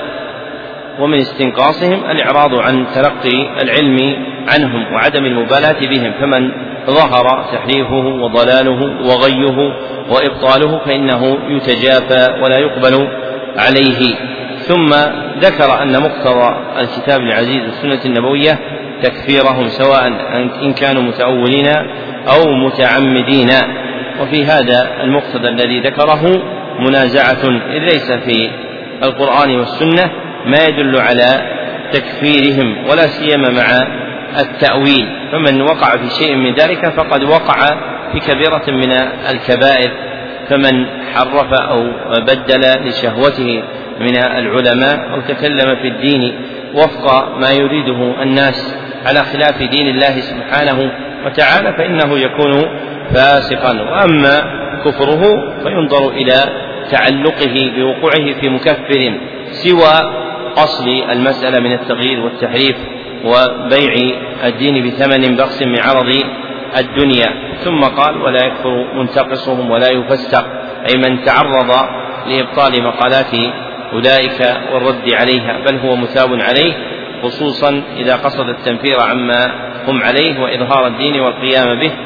ومن استنقاصهم الإعراض عن تلقي العلم عنهم وعدم المبالاة بهم، فمن ظهر تحريفه وضلاله وغيه وإبطاله فإنه يتجافى ولا يقبل عليه. ثم ذكر أن مقتضى الكتاب العزيز والسنة النبوية تكفيرهم سواء إن كانوا متأولين أو متعمدين، وفي هذا المقتضى الذي ذكره منازعة، إذ ليس في القرآن والسنة ما يدل على تكفيرهم ولا سيما مع التأويل، فمن وقع في شيء من ذلك فقد وقع في كبيرة من الكبائر، فمن حرف أو بدل لشهوته من العلماء أو تكلم في الدين وفق ما يريده الناس على خلاف دين الله سبحانه وتعالى فإنه يكون فاسقا. وأما كفره فينظر إلى تعلقه بوقوعه في مكفر سوى أصل المسألة من التغيير والتحريف وبيع الدين بثمن بخس من عرض الدنيا. ثم قال: ولا يكفر منتقصهم ولا يفسق، أي من تعرض لإبطال مقالات أولئك والرد عليها، بل هو مثاب عليه، خصوصا إذا قصد التنفير عما هم عليه وإظهار الدين والقيام به،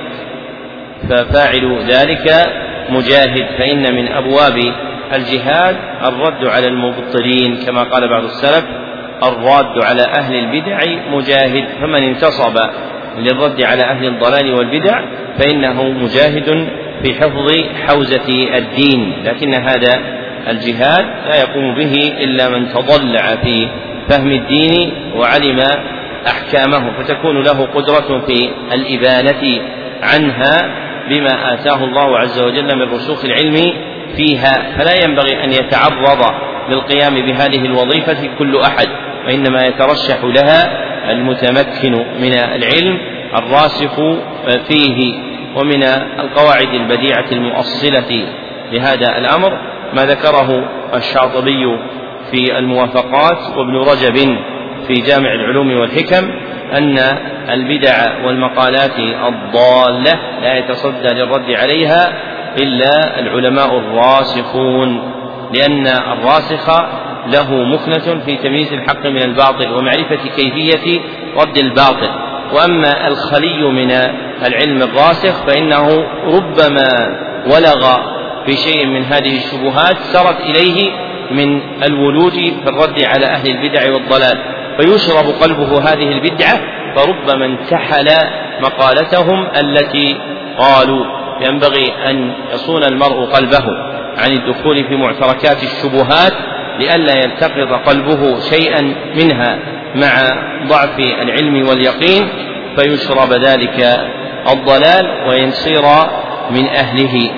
ففاعل ذلك مجاهد، فإن من أبواب الجهاد الرد على المبطلين، كما قال بعض السلف: الراد على أهل البدع مجاهد، فمن انتصب للرد على أهل الضلال والبدع فإنه مجاهد في حفظ حوزة الدين، لكن هذا الجهاد لا يقوم به إلا من تضلع في فهم الدين وعلم أحكامه، فتكون له قدرة في الإبانة عنها بما آتاه الله عز وجل من رسوخ العلم فيها، فلا ينبغي أن يتعرض للقيام بهذه الوظيفة كل أحد، وإنما يترشح لها المتمكن من العلم الراسخ فيه. ومن القواعد البديعة المؤصلة لهذا الأمر ما ذكره الشاطبي في الموافقات وابن رجب في جامع العلوم والحكم، أن البدع والمقالات الضالة لا يتصدى للرد عليها إلا العلماء الراسخون، لأن الراسخ له مكنة في تمييز الحق من الباطل ومعرفة كيفية رد الباطل. وأما الخلي من العلم الراسخ فإنه ربما ولغ في شيء من هذه الشبهات سرت إليه من الولوج في الرد على أهل البدع والضلال، فيشرب قلبه هذه البدعة، فربما انتحل مقالتهم التي قالوا. ينبغي أن يصون المرء قلبه عن الدخول في معتركات الشبهات لئلا يلتقط قلبه شيئا منها مع ضعف العلم واليقين فيشرب ذلك الضلال وينصير من أهله.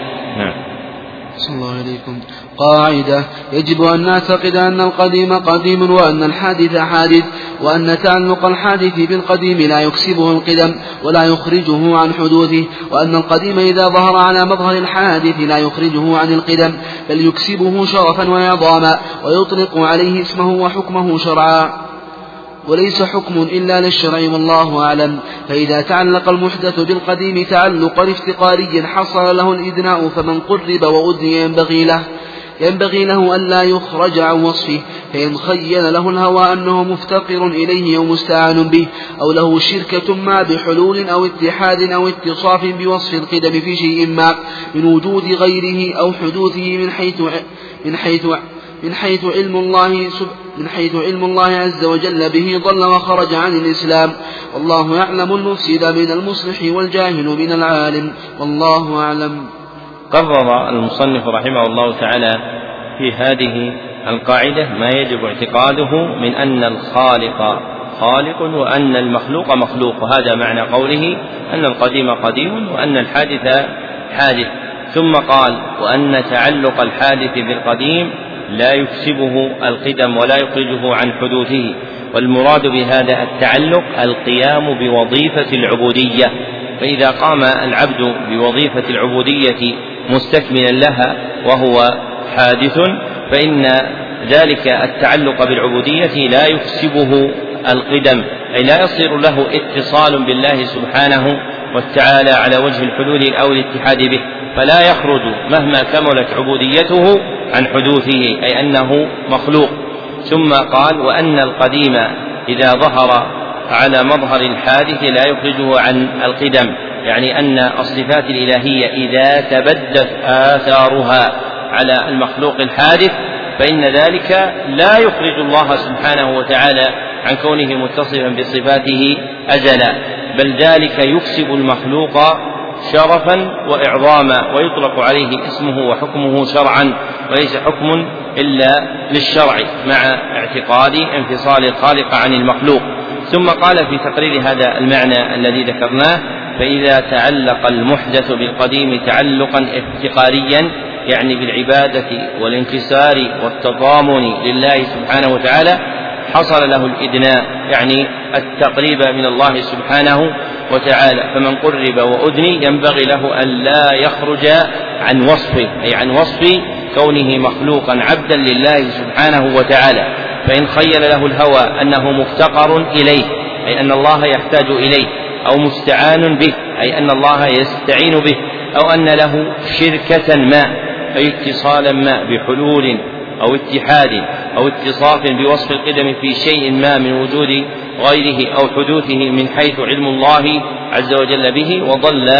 صلى الله عليكم. قاعدة: يجب أن نعتقد أن القديم قديم وأن الحادث حادث، وأن تعلق الحادث بالقديم لا يكسبه القدم ولا يخرجه عن حدوثه، وأن القديم إذا ظهر على مظهر الحادث لا يخرجه عن القدم بل يكسبه شرفا وعظاما ويطلق عليه اسمه وحكمه شرعا، وليس حكم إلا للشرع والله أعلم. فإذا تعلق المحدث بالقديم تعلقا افتقاريا حصل له الإدناء، فمن قرب وأدني ينبغي له أن لا يخرج عن وصفه، فإن خيل له الهوى أنه مفتقر إليه أو مستعان به أو له شركة ما بحلول أو اتحاد أو اتصاف بوصف القدم في شيء ما من وجود غيره أو حدوثه من حيث علم الله عز وجل به ضل وخرج عن الإسلام. والله يعلم المفسد من المصلح والجاهل من العالم، والله أعلم. قرر المصنف رحمه الله تعالى في هذه القاعدة ما يجب اعتقاده من أن الخالق خالق وأن المخلوق مخلوق، وهذا معنى قوله أن القديم قديم وأن الحادث حادث. ثم قال وأن تعلق الحادث بالقديم لا يكسبه القدم ولا يخرجه عن حدوثه، والمراد بهذا التعلق القيام بوظيفة العبودية، فإذا قام العبد بوظيفة العبودية مستكملا لها وهو حادث فإن ذلك التعلق بالعبودية لا يكسبه القدم، أي لا يصير له اتصال بالله سبحانه وتعالى على وجه الحلول أو الاتحاد به، فلا يخرج مهما كملت عبوديته عن حدوثه، أي أنه مخلوق. ثم قال وأن القديم إذا ظهر على مظهر الحادث لا يخرجه عن القدم، يعني أن الصفات الإلهية إذا تبدت آثارها على المخلوق الحادث فإن ذلك لا يخرج الله سبحانه وتعالى عن كونه متصفا بصفاته أزلا، بل ذلك يكسب المخلوق شرفا وإعظاما، ويطلق عليه اسمه وحكمه شرعا، وليس حكم إلا للشرع مع اعتقاد انفصال الخالق عن المخلوق. ثم قال في تقرير هذا المعنى الذي ذكرناه فإذا تعلق المحدث بالقديم تعلقا افتقاريا، يعني بالعبادة والانكسار والتضامن لله سبحانه وتعالى، حصل له الإدناء، يعني التقريب من الله سبحانه وتعالى. فمن قرب وأدني ينبغي له أن لا يخرج عن وصفه، أي عن وصف كونه مخلوقا عبدا لله سبحانه وتعالى. فإن خيل له الهوى أنه مفتقر إليه، أي أن الله يحتاج إليه، أو مستعان به، أي أن الله يستعين به، أو أن له شركة ما، أي اتصالا ما بحلول أو اتحاد أو اتصاف بوصف القدم في شيء ما من وجود غيره أو حدوثه من حيث علم الله عز وجل به، وضل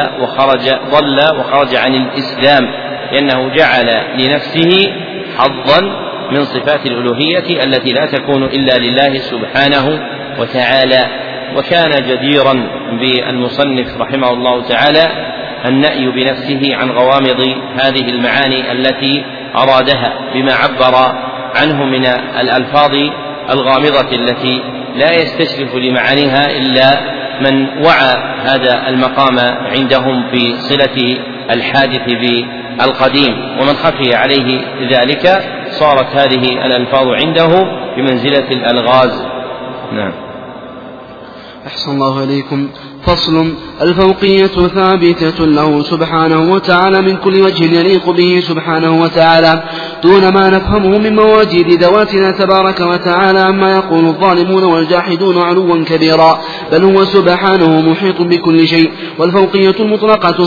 وخرج عن الإسلام، لأنه جعل لنفسه حظا من صفات الألوهية التي لا تكون إلا لله سبحانه وتعالى. وكان جديرا بالمصنف رحمه الله تعالى النأي بنفسه عن غوامض هذه المعاني التي أرادها بما عبر عنه من الألفاظ الغامضة التي لا يستشرف لمعانيها إلا من وعى هذا المقام عندهم في صلة الحادث بالقديم، ومن خفي عليه ذلك صارت هذه الألفاظ عنده بمنزلة الألغاز. نعم. أحسن الله إليكم. فصل. الفوقية ثابتة له سبحانه وتعالى من كل وجه يليق به سبحانه وتعالى، دون ما نفهمه من مواجيد ذواتنا تبارك وتعالى عما يقول الظالمون والجاحدون علوا كبيرا، بل هو سبحانه محيط بكل شيء. والفوقية المطلقة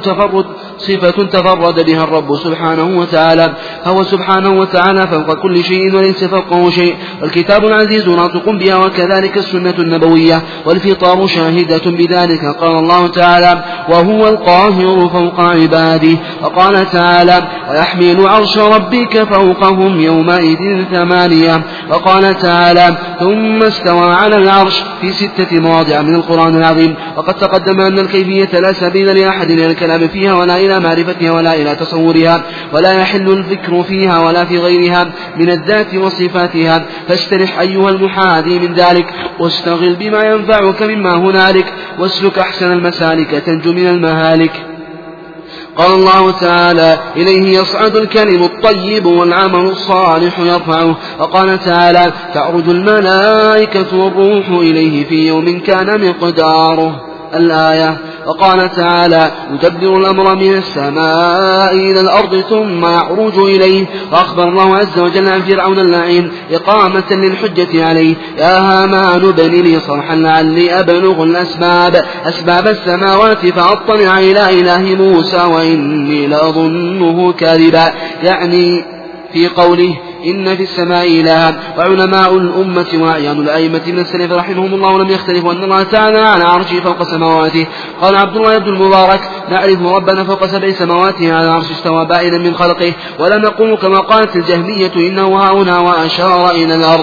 صفة تفرد بها الرب سبحانه وتعالى، فهو سبحانه وتعالى فوق كل شيء وليس فوقه شيء. والكتاب العزيز ناطق بها، وكذلك السنة النبوية، والفطار شاهدة بذلك. قال الله تعالى وهو القاهر فوق عباده، وقال تعالى ويحمل عرش ربك فوقهم يومئذ ثمانية، وقال تعالى ثم استوى على العرش في 6 مواضع من القرآن العظيم. وقد تقدم أن الكيفية لا سبيل لأحد إلى الكلام فيها ولا إلى معرفتها ولا إلى تصورها، ولا يحل الفكر فيها ولا في غيرها من الذات وصفاتها، فاسترح أيها المحاذي من ذلك، واستغل بما ينفعك مما هنالك، واسلك أحسن المسالك تنجو من المهالك. قال الله تعالى إليه يصعد الكلم الطيب والعمل الصالح يرفعه. وقال تعالى تعرج الملائكة والروح إليه في يوم كان مقداره الآية. وقال تعالى يدبر الأمر من السماء إلى الأرض ثم يعرج إليه. وأخبر الله عز وجل عن فرعون اللعين إقامة للحجة عليه يا هامان ابن لي صرحا لعلي أبلغ أسباب السماوات فأطلع إلى إله موسى وإني لأظنه كاذبا، يعني في قوله إن في السماء إلها. وعلماء الأمة وأعيان الأئمة من السلف رحمهم الله لم يختلفوا أن الله تعالى على عرشه فوق سماواته. قال عبد الله بن المبارك: نعرف ربنا فوق 7 سماوات على العرش استوى بائنا من خلقه، ولا نقول كما قالت الجهمية إنه هاهنا وأشار إلى الأرض.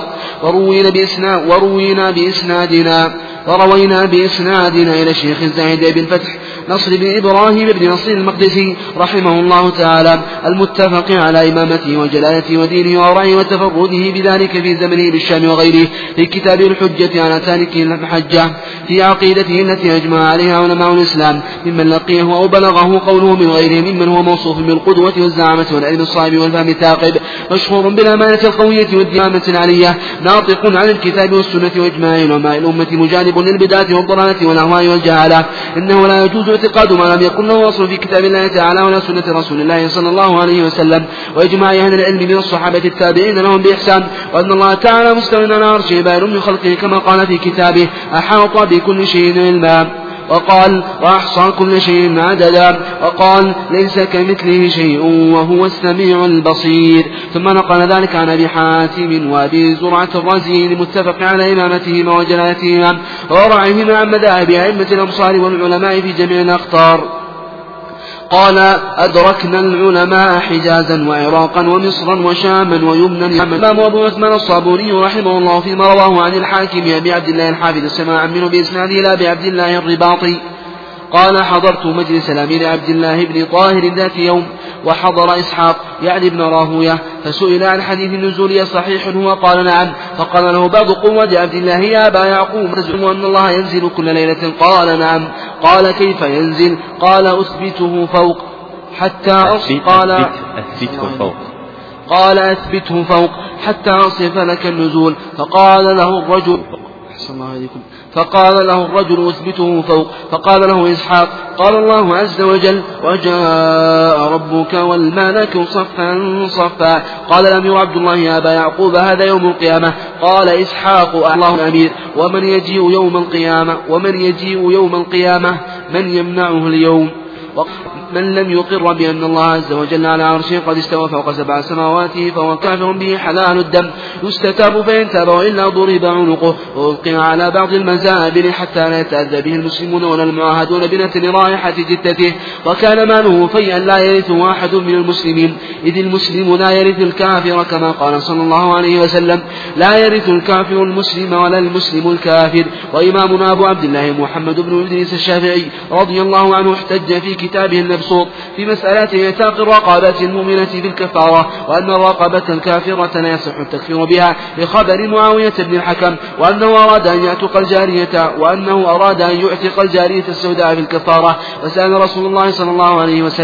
وروينا بإسنادنا إلى الشيخ الزاهد بن فتح نصر بن إبراهيم بن نصر المقدسي رحمه الله تعالى المتفق على إمامته وجلالته ودينه وورعه وتفرده بذلك في زمنه بالشام وغيره في كتاب الحجة على تاركه المحجة في عقيدته التي أجمع عليها علماء الإسلام ممن لقيه أو بلغه قوله من غيره ممن هو موصوف بالقدوة والزعامة والعلم الصائب والفهم الثاقب، مشهور بالأمانة القوية والديانة العلية، ناطق عن الكتاب والسنة وإجماع علماء الأمة، مجانب للبدعة والضلالة والأهواء والجهالة. إنه لا يجوز اعتقاد ما لم يكن له أصل في كتاب الله تعالى ولا سنة رسول الله صلى الله عليه وسلم وإجماع أهل العلم من الصحابة التابعين لهم بإحسان، وأن الله تعالى مستوٍ على عرشه بائن من خلقه كما قال في كتابه: أحاط بكل شيء علما، وقال: وأحصى كل شيء عددا، وقال: ليس كمثله شيء وهو السميع البصير. ثم نقل ذلك عن أبي حاتم وأبي زرعة الرازي المتفق على إمامتهما وجلالتهما ورعيهما عن مذاهب أئمة الأمصار والعلماء في جميع الأقطار. قال: أدركنا العلماء حجازا وعراقا ومصرا وشاما ويمنا. الإمام أبو عثمان الصابوني رحمه الله فيما رواه عن الحاكم أبي عبد الله الحافظ السماع منه بإسناده إلى أبي عبد الله الرباطي قال: حضرت مجلس الأمير عبد الله بن طاهر ذات يوم، وحضر إسحاق يعني ابن راهوية، فسئل عن حديث النزول صحيح هو؟ قال: نعم. فقال له بعض قوة عبد الله: يا أبا يعقوب، تزعم أن الله ينزل كل ليلة؟ قال: نعم. قال: كيف ينزل؟ قال: أثبته فوق أثبته فوق حتى أصف لك النزول. فقال له الرجل: أثبته فوق. فقال له إسحاق: قال الله عز وجل: وجاء ربك والملك صفا صفا. قال الأمير عبد الله: يا أبا يعقوب، هذا يوم القيامة. قال إسحاق: الله الأمير، ومن يجيء يوم القيامة من يمنعه اليوم؟ من لم يقر بأن الله عز وجل على عرشه قد استوى فوق 7 سماواته فهو كافر به حلال الدم، يستتاب فإن تاب وإلا ضرب عنقه وألقي على بعض المزابل حتى لا يتأذى به المسلمون ولا المعاهدون بنتن رائحة جثته. وكان ماله فيئا لا يرثه أحد من المسلمين، إذ المسلم لا يرث الكافر كما قال صلى الله عليه وسلم: لا يرث الكافر المسلم ولا المسلم الكافر. وإمامنا أبو عبد الله محمد بن إدريس الشافعي رضي الله عنه احتج في كتابه المبسوط في مسألة إعتاق الرقبة المؤمنة بالكفارة، وأن الرقبة الكافرة لا يصح التكفير بها بخبر معاوية بن الحكم، وأنه أراد أن يعتق الجارية السوداء بالكفارة، وسأل رسول الله صلى الله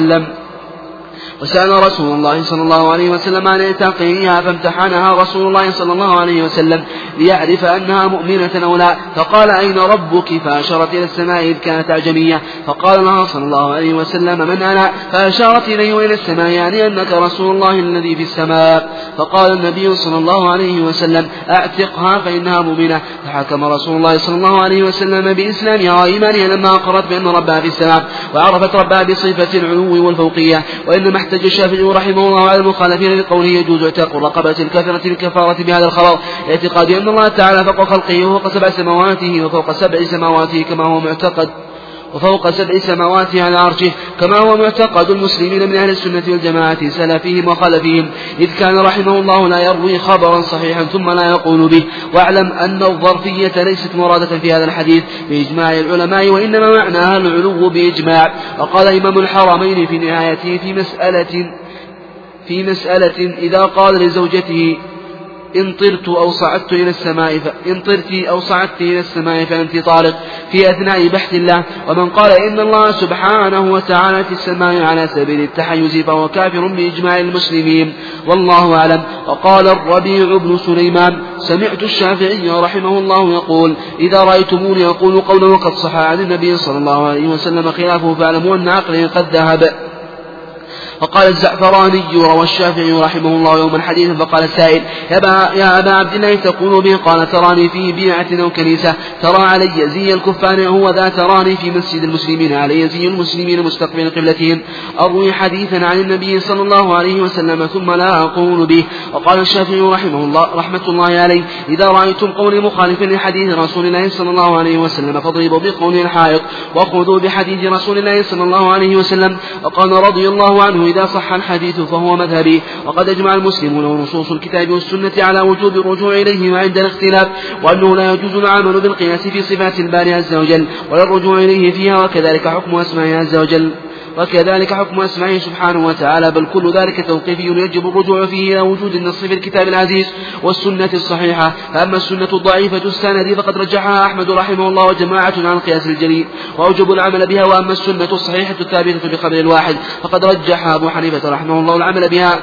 عليه وسلم عن إعتاقها، فامتحنها رسول الله صلى الله عليه وسلم ليعرف أنها مؤمنة أو لا، فقال: أين ربك؟ فأشارت إلى السماء إذ كانت أعجمية، فقال لها صلى الله عليه وسلم: من أنا؟ فأشارت إليه وإلى السماء، يعني أنك رسول الله الذي في السماء. فقال النبي صلى الله عليه وسلم: أعتقها فإنها مؤمنة. فحكم رسول الله صلى الله عليه وسلم بإسلامها وإيمانها لما أقرت بأن ربها في السماء وعرفت ربها بصفة العلو والفوقية. وإنما احتج الشافعي رحمه الله على المخالفين لقوله: يجوز اعتاق الرقبة الكافرة بالكفارة بهذا الخبر، اعتقاد أن الله تعالى فوق خلقه وفوق 7 سماواته وفوق 7 سماواته كما هو معتقد وفوق 7 سماوات على عرشه كما هو معتقد المسلمين من أهل السنة والجماعة سلفهم وخلفهم، إذ كان رحمه الله لا يروي خبرا صحيحا ثم لا يقول به. واعلم أن الظرفية ليست مرادة في هذا الحديث بإجماع العلماء، وإنما معناها العلو بإجماع. وقال إمام الحرمين في نهايته في مسألة إذا قال لزوجته: إن طرت أو صعدت إلى السماء فأنت طالق، في أثناء بحث الله. ومن قال إن الله سبحانه وتعالى في السماء على سبيل التحيز فهو كافر بإجماع المسلمين، والله أعلم. وقال الربيع بن سليمان: سمعت الشافعي رحمه الله يقول: إذا رأيتموني أقول قولا وقد صح عن النبي صلى الله عليه وسلم خلافه فاعلموا أن عقلي قد ذهب. وقال الزعفراني روى الشافعي رحمه الله يوما حديثا فقال السائل يا أبا عبد الله تقول به؟ قال تراني في بيعة أو كنيسة ترى علي زي الكفار هو ذا تراني في مسجد المسلمين علي زي المسلمين مستقبل قبلتهم أروي حديثا عن النبي صلى الله عليه وسلم ثم لا أقول به. وقال الشافعي رحمة الله عليه إذا رأيتم قولي مخالفا لحديث رسول الله صلى الله عليه وسلم فاضربوا بقول الحائط وخذوا بحديث رسول الله صلى الله عليه وسلم. وقال رضي الله عنه إذا صح الحديث فهو مذهبي. وقد أجمع المسلمون ونصوص الكتاب والسنة على وجوب الرجوع إليه وعند الاختلاف وأنه لا يجوز العمل بالقياس في صفات الباري عز وجل ولا الرجوع إليه فيها وكذلك حكم أسمائه عز وجل وكذلك حكم أسمائه سبحانه وتعالى بل كل ذلك توقيفي يجب الرجوع فيه إلى وجود النص في الكتاب العزيز والسنة الصحيحة. فأما السنة الضعيفة السند فقد رجحها أحمد رحمه الله وجماعة عن القياس الجليل وأوجب العمل بها. وأما السنة الصحيحة الثابتة بخبر الواحد فقد رجح أبو حنيفة رحمه الله العمل بها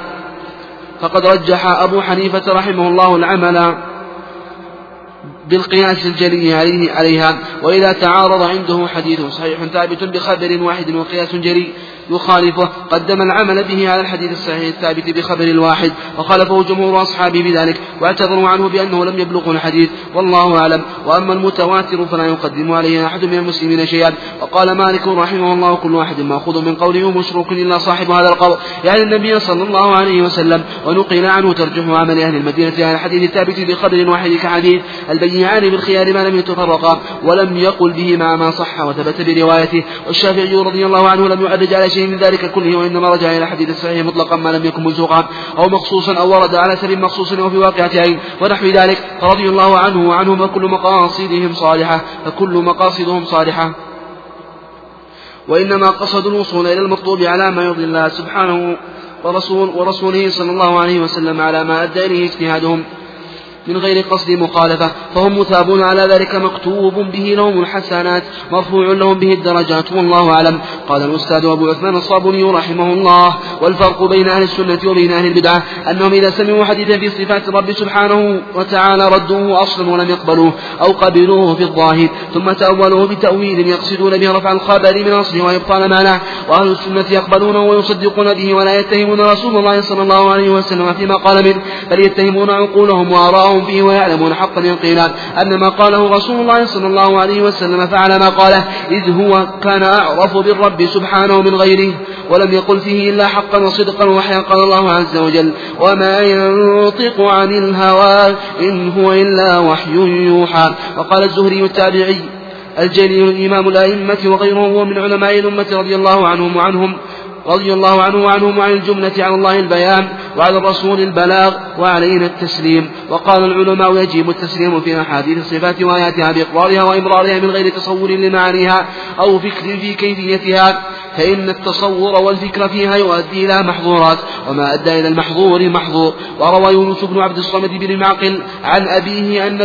بالقياس الجلي عليها. وإذا تعارض عنده حديث صحيح ثابت بخبر واحد وقياس جلي يخالفه قدم العمل به على الحديث الصحيح الثابت بخبر الواحد وخالفه جمهور أصحابه بذلك واعتذروا عنه بأنه لم يبلغه الحديث والله أعلم. وأما المتواتر فلا يقدم عليه أحد من المسلمين شيئا. وقال مالك رحمه الله كل واحد مأخوذ من قوله مشروك إلا صاحب هذا القول يعني النبي صلى الله عليه وسلم. ونقل عنه ترجح عمل أهل المدينة على الحديث الثابت بخبر واحد كحديث البيعان بالخيار ما لم يتفرقا ولم يقل به ما صح وثبت بروايته. والشافعي رضي الله عنه لم يعرج على شيء من ذلك كله وإنما رجع إلى حديث الصحيح مطلقا ما لم يكن منسوقا أو مخصوصا أو ورد على سبيل مخصوص أو في واقعة عين ونحو ذلك فرضي الله عنه وعنهم فكل مقاصدهم صالحة وإنما قصدوا الوصول إلى المطلوب على ما يرضي الله سبحانه ورسوله صلى الله عليه وسلم على ما أدى إليه اجتهادهم من غير قصد مخالفة فهم مثابون على ذلك مكتوب به لهم الحسنات مرفوع لهم به الدرجات والله أعلم. قال الأستاذ أبو عثمان الصابوني رحمه الله والفرق بين أهل السنة وبين أهل البدعة أنهم إذا سمعوا حديثا في صفات الرب سبحانه وتعالى ردوه أصلا ولم يقبلوه أو قبلوه في الظاهر ثم تأولوه بتأويل يقصدون به رفع الخبر من أصله وإبطال معناه. وأهل السنة يقبلونه ويصدقون به ولا يتهمون رسول الله صلى الله عليه وسلم فيما قال منه بل يتهمون عقولهم وآراءهم فيه ويعلمون حقا يقينا أن ما قاله رسول الله صلى الله عليه وسلم فعل ما قاله إذ هو كان أعرف بالرب سبحانه من غيره ولم يقل فيه إلا حقا وصدقا وحيا. قال الله عز وجل وما ينطق عن الهوى إن هو إلا وحي يوحى. وقال الزهري التابعي الجليل الإمام الأئمة وغيره ومن علماء الأمة رضي الله عنهم وعن الجملة على الله البيان وعلى الرسول البلاغ وعلينا التسليم. وقال العلماء يجب التسليم في أحاديث الصفات وآياتها بإقرارها وإمرارها من غير تصور لمعانيها أو فكر في كيفيتها فإن التصور والفكر فيها يؤدي إلى محظورات وما أدى إلى المحظور محظور. وروى يونس بن عبد الصمد بن معقل عن أبيه أن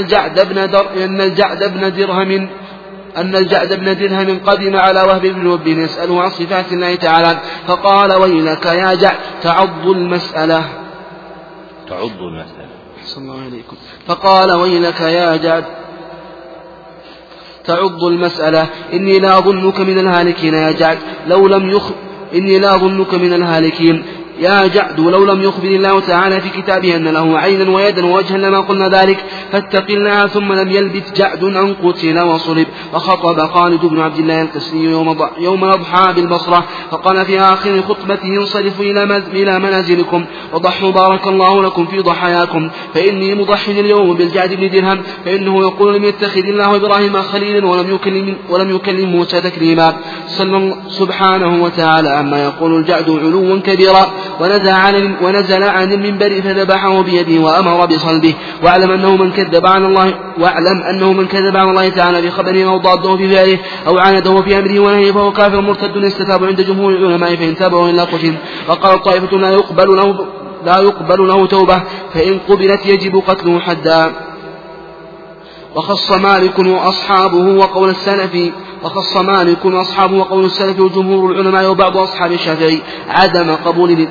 الجعد بن درهم قدم على وهب بن وهب يسأله عن صفات الله تعالى فقال ويلك يا جعد تعض المسألة فقال ويلك يا جعد تعض المسألة إني لا أظنك من الهالكين يا جعد يا جعد لو لم يخبر الله تعالى في كتابه أن له عينا ويدا ووجها لما قلنا ذلك فاتق الله. ثم لم يلبث جعد أن قتل وصلب. وخطب خالد بن عبد الله القسري يوم الأضحى بالبصرة فقال في آخر خطبته انصرفوا إلى منازلكم وضحوا بارك الله لكم في ضحاياكم فإني مضح اليوم بالجعد بن درهم فإنه يقول لم يتخذ الله إبراهيم خليلا ولم يكلم موسى تكليما سبحانه وتعالى عما يقول الجعد علوا كبيرا. ونزل عن المنبر فذبحه بيده وأمر بصلبه. واعلم أنه من كذب على الله تعالى بخبره أو ضاده في فعله أو عانده في أمره ونهيه فهو كافر مرتد يستتاب عند جمهور العلماء فإن تابه إلا قتل. وقال طائفة لا يقبل له توبة فإن قبلت يجب قتله حدا. وخص مالك وأصحابه وقول السلف وجمهور العلماء وبعض أصحاب الشافعي عدم قبول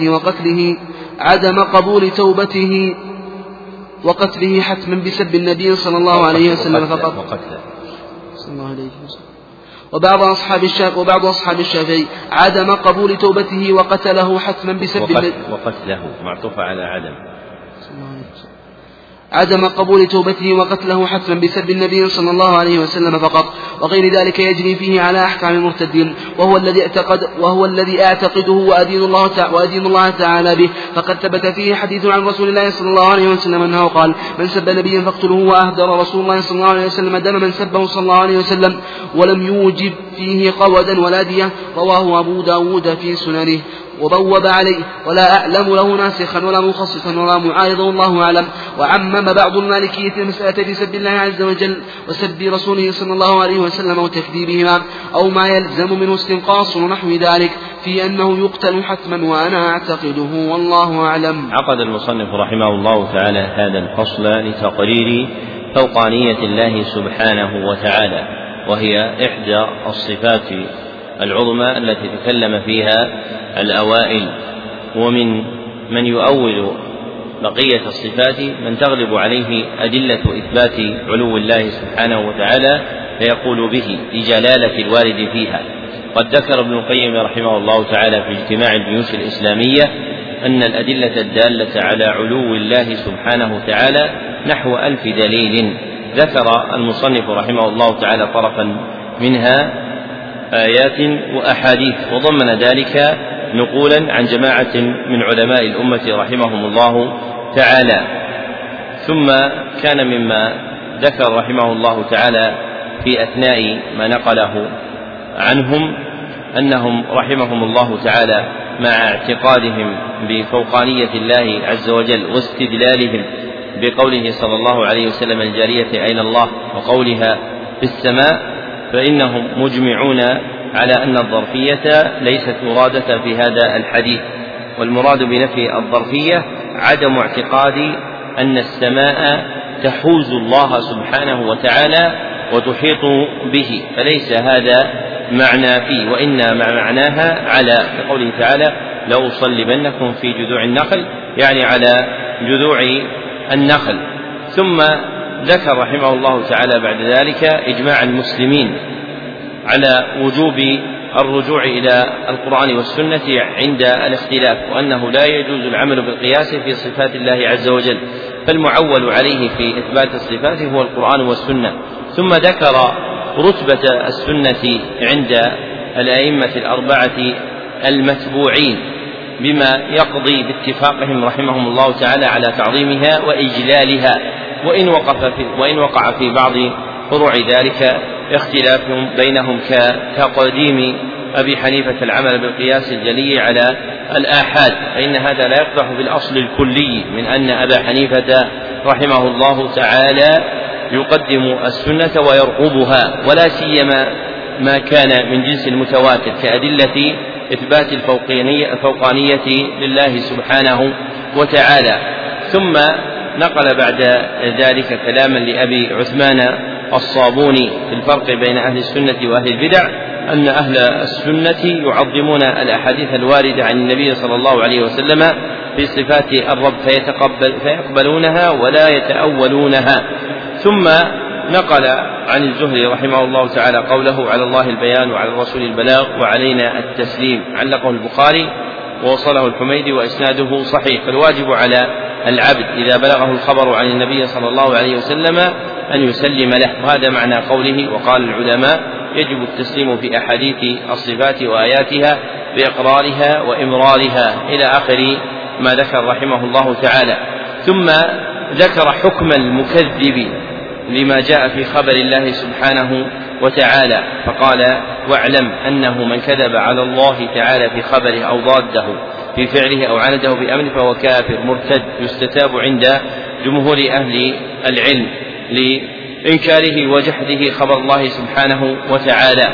توبته وقتله حتما بسب النبي صلى الله عليه وسلم فقط وبعض أصحاب الشافعي عدم قبول توبته وقتله حتما بسب وقتله معطوف على عدم قبول توبته وقتله حتما بسب النبي صلى الله عليه وسلم فقط، وغير ذلك يجري فيه على أحكام المرتدين، وهو الذي أعتقده وأدين الله تعالى به. فقد ثبت فيه حديث عن رسول الله صلى الله عليه وسلم أنه قال: من سب نبيا فاقتلوه، وأهدر رسول الله صلى الله عليه وسلم دم من سبه صلى الله عليه وسلم ولم يوجب فيه قودا ولا دية. رواه أبو داود في سننه وبوب عليه، ولا أعلم له ناسخا ولا مخصصا ولا معارضا والله أعلم. وعمم بعض المالكية المسألة بسب الله عز وجل وسب رسوله صلى الله عليه وسلم وتكذيبهما أو ما يلزم منه استنقاص ونحو ذلك في أنه يقتل حتما، وأنا أعتقده والله أعلم. عقد المصنف رحمه الله تعالى هذا الفصل لتقرير فوقانية الله سبحانه وتعالى، وهي إحدى الصفات العظمى التي تكلم فيها الأوائل. ومن من يؤول بقية الصفات من تغلب عليه أدلة إثبات علو الله سبحانه وتعالى فيقول به لجلالة الوارد فيها. قد ذكر ابن القيم رحمه الله تعالى في اجتماع الجيوش الإسلامية أن الأدلة الدالة على علو الله سبحانه وتعالى نحو 1000 دليل. ذكر المصنف رحمه الله تعالى طرفا منها آيات وأحاديث، وضمن ذلك نقولا عن جماعة من علماء الأمة رحمهم الله تعالى. ثم كان مما ذكر رحمه الله تعالى في أثناء ما نقله عنهم أنهم رحمهم الله تعالى مع اعتقادهم بفوقانية الله عز وجل واستدلالهم بقوله صلى الله عليه وسلم الجارية أين الله وقولها في السماء، فإنهم مجمعون على أن الظرفية ليست مرادة في هذا الحديث، والمراد بنفي الظرفية عدم اعتقاد أن السماء تحوز الله سبحانه وتعالى وتحيط به، فليس هذا معنى فيه، وإنما معناها على قوله تعالى لأصلبنكم في جذوع النخل، يعني على جذوع النخل. ثم ذكر رحمه الله تعالى بعد ذلك إجماع المسلمين على وجوب الرجوع إلى القرآن والسنة عند الاختلاف، وأنه لا يجوز العمل بالقياس في صفات الله عز وجل، فالمعول عليه في إثبات الصفات هو القرآن والسنة. ثم ذكر رتبة السنة عند الأئمة الأربعة المتبوعين بما يقضي باتفاقهم رحمهم الله تعالى على تعظيمها وإجلالها، وإن وقع في بعض فروع ذلك اختلاف بينهم كتقديم أبي حنيفة العمل بالقياس الجلي على الآحاد، فإن هذا لا يقدح بالأصل الكلي من أن أبا حنيفة رحمه الله تعالى يقدم السنة ويرغبها، ولا سيما ما كان من جنس المتواتر كأدلة إثبات الفوقانية لله سبحانه وتعالى. ثم نقل بعد ذلك كلاما لأبي عثمان الصابوني في الفرق بين أهل السنة وأهل البدع، أن أهل السنة يعظمون الأحاديث الواردة عن النبي صلى الله عليه وسلم في صفات الرب فيقبلونها ولا يتأولونها. ثم نقل عن الزهري رحمه الله تعالى قوله على الله البيان وعلى الرسول البلاغ وعلينا التسليم، علقه البخاري ووصله الحميدي وإسناده صحيح. فالواجب على العبد إذا بلغه الخبر عن النبي صلى الله عليه وسلم أن يسلم له، وهذا معنى قوله وقال العلماء يجب التسليم في أحاديث الصفات وآياتها بإقرارها وإمرارها إلى آخر ما ذكر رحمه الله تعالى. ثم ذكر حكم المكذب لما جاء في خبر الله سبحانه وتعالى، فقال واعلم أنه من كذب على الله تعالى في خبره أو ضاده في فعله أو عانده بأمره فهو كافر مرتد يستتاب عند جمهور أهل العلم لإنكاره وجحده خبر الله سبحانه وتعالى،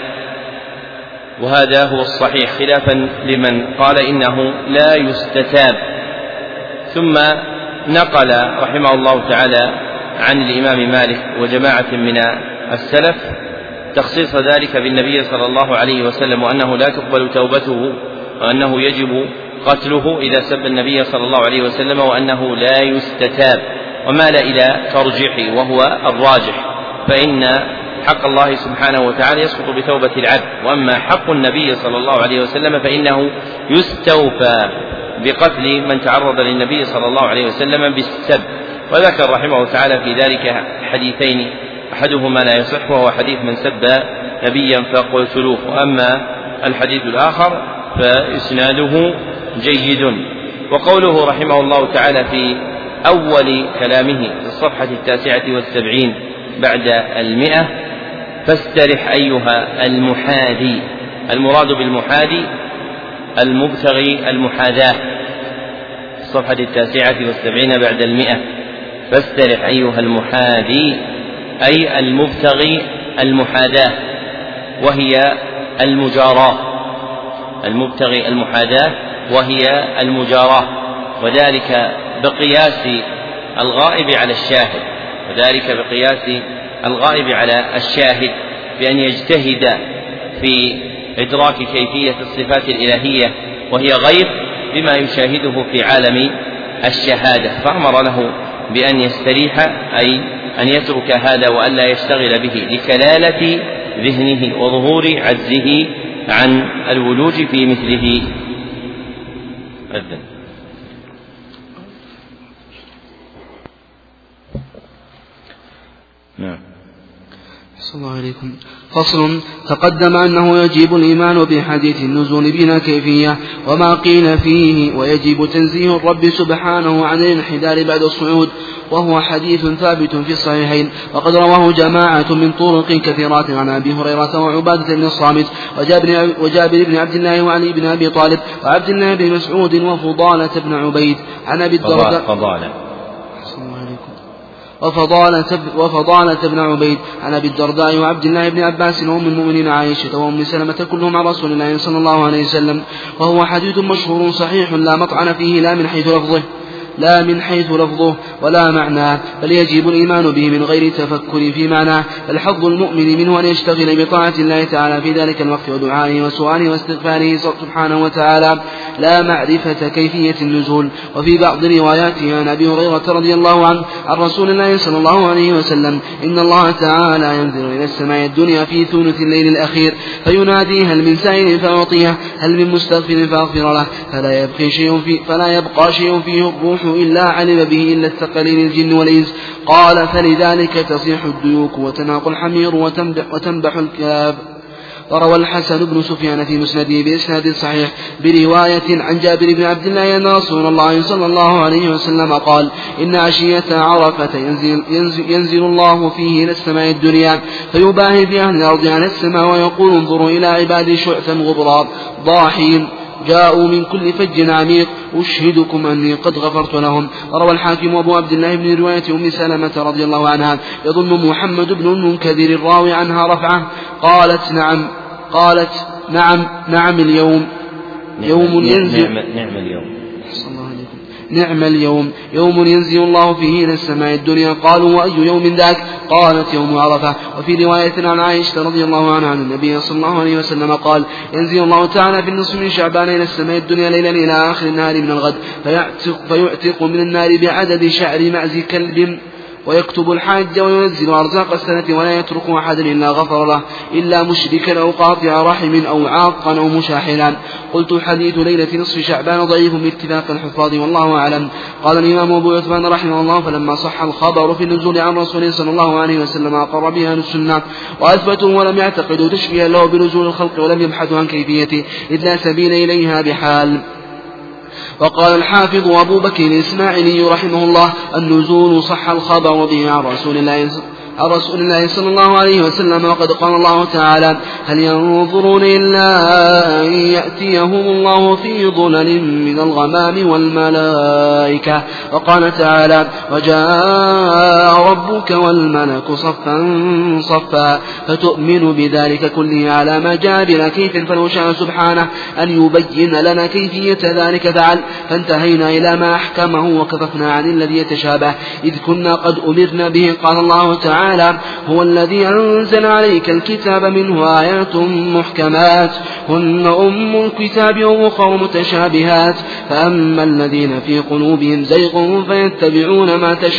وهذا هو الصحيح خلافا لمن قال إنه لا يستتاب. ثم نقل رحمه الله تعالى عن الإمام مالك وجماعة من السلف تخصيص ذلك بالنبي صلى الله عليه وسلم، وأنه لا تقبل توبته، وأنه يجب قتله إذا سب النبي صلى الله عليه وسلم، وأنه لا يستتاب، ومال إلى ترجيحه وهو الراجح، فإن حق الله سبحانه وتعالى يسقط بتوبة العبد، وأما حق النبي صلى الله عليه وسلم فإنه يستوفى بقتل من تعرض للنبي صلى الله عليه وسلم بالسب. وذكر رحمه الله تعالى في ذلك حديثين، أحدهما لا يصح وهو حديث من سب نبيا فاقتلوه، وأما الحديث الآخر فإسناده جيد. وقوله رحمه الله تعالى في أول كلامه في الصفحة 79 بعد 100: فاسترح أيها المحادي. المراد بالمحادي المبتغي المحاذاة، الصفحة 79 بعد 100: فاسترح أيها المحادي أي المبتغي المحاذاة، وهي المجاراة، المبتغي المحاذاة وهي المجاراة، وذلك بقياس الغائب على الشاهد، وذلك بقياس الغائب على الشاهد بأن يجتهد في إدراك كيفية الصفات الإلهية وهي غيب بما يشاهده في عالم الشهادة، فأمر له بأن يستريح أي أن يترك هذا وأن لا يشتغل به لكلالة ذهنه وظهور عجزه عن الولوج في مثله. أذن. نعم. صلى الله عليكم. فصل. تقدم أنه يجب الإيمان بحديث النزول بلا كيفية وما قيل فيه، ويجب تنزيه الرب سبحانه عن الانحدار بعد الصعود، وهو حديث ثابت في الصحيحين، وقد رواه جماعة من طرق كثيرات عن أبي هريرة وعبادة بن الصامت وجابر بن عبد الله وعلي بن أبي طالب وعبد الله بن مسعود وفضالة بن عبيد عن أبي الدرداء وفضالة بن عبيد عن أبي الدرداء وعبد الله بن عباس وأم المؤمنين عائشة وأم سلمة كلهم عن رسول الله صلى الله عليه وسلم، وهو حديث مشهور صحيح لا مطعن فيه لا من حيث لفظه ولا معناه، بل يجب الإيمان به من غير تفكر في معناه، الحظ المؤمن منه أن يشتغل بطاعة الله تعالى في ذلك الوقت ودعائه وسؤاله واستغفاره سبحانه وتعالى، لا معرفة كيفية النزول. وفي بعض رواياته عن أبي هريرة رضي الله عنه عن رسول الله صلى الله عليه وسلم: إن الله تعالى ينزل إلى السماء الدنيا في ثلث الليل الأخير فينادي: هل من سائل فأعطيه، هل من مستغفر فأغفر له، فلا يبقى شيء فيه الروح إلا علم به إلا الثقلين الجن والإنس. قال: فلذلك تصيح الديوك وتناق الحمير وتنبح الكلاب. وروى الحسن بن سفيان في مسنده بإسناد صحيح برواية عن جابر بن عبد الله أن رسول الله صلى الله عليه وسلم قال: إن عشية عرفة ينزل الله فيه إلى السماء الدنيا فيباهي في أهل الأرض على السماء ويقول: انظروا إلى عبادي شعثا غبرا ضاحين جاءوا من كل فج عميق أشهدكم أني قد غفرت لهم. وروى الحاكم أبو عبد الله بن رواية أم سلمة رضي الله عنها يظن محمد بن المنكدر الراوي عنها رفعه قالت: نعم اليوم يوم ينزل نعم اليوم يوم ينزل الله فيه إلى السماء الدنيا. قالوا: وأي يوم ذاك؟ قالت: يوم عرفة. وفي رواية عن عائشة رضي الله عنها عن النبي صلى الله عليه وسلم قال: ينزل الله تعالى في النصف من شعبان إلى السماء الدنيا ليلا إلى آخر النهار من الغد فيعتق من النار بعدد شعر معز كلب ويكتب الحاج وينزل أرزاق السنة ولا يترك أحد إلا غفر له إلا مشركا أو قاطع رحم أو عاقا أو مشاحنا. قلت: حديث ليلة نصف شعبان ضعيف باتفاق الحفاظ والله أعلم. قال الإمام أبو عثمان رحمه الله: فلما صح الخبر في النزول عن رسول صلى الله عليه وسلم أقر بها أهل السنة وأثبتوا ولم يعتقدوا تشبيها له بنزول الخلق ولم يبحثوا عن كيفيته إذ لا سبيل إليها بحال. وقال الحافظ أبو بكر الإسماعيلي رحمه الله: النزول صح الخبر به عن رسول الله صلى الله عليه وسلم، وقد قال الله تعالى: هل ينظرون إلا أن يأتيهم الله في ظلل من الغمام والملائكة. وقال تعالى: وجاء ربك والملك صفا صفا. فتؤمن بذلك كله على ما جاء بلا كيف، فلو شاء سبحانه أن يبين لنا كيفية ذلك فعل، فانتهينا إلى ما أحكمه وكففنا عن الذي يتشابه إذ كنا قد أمرنا به. قال الله تعالى: تعالى: هو الذي أنزل عليك الكتاب منه آيات محكمات هن أم الكتاب وأخر متشابهات فأما الذين في قلوبهم زيغ فيتبعون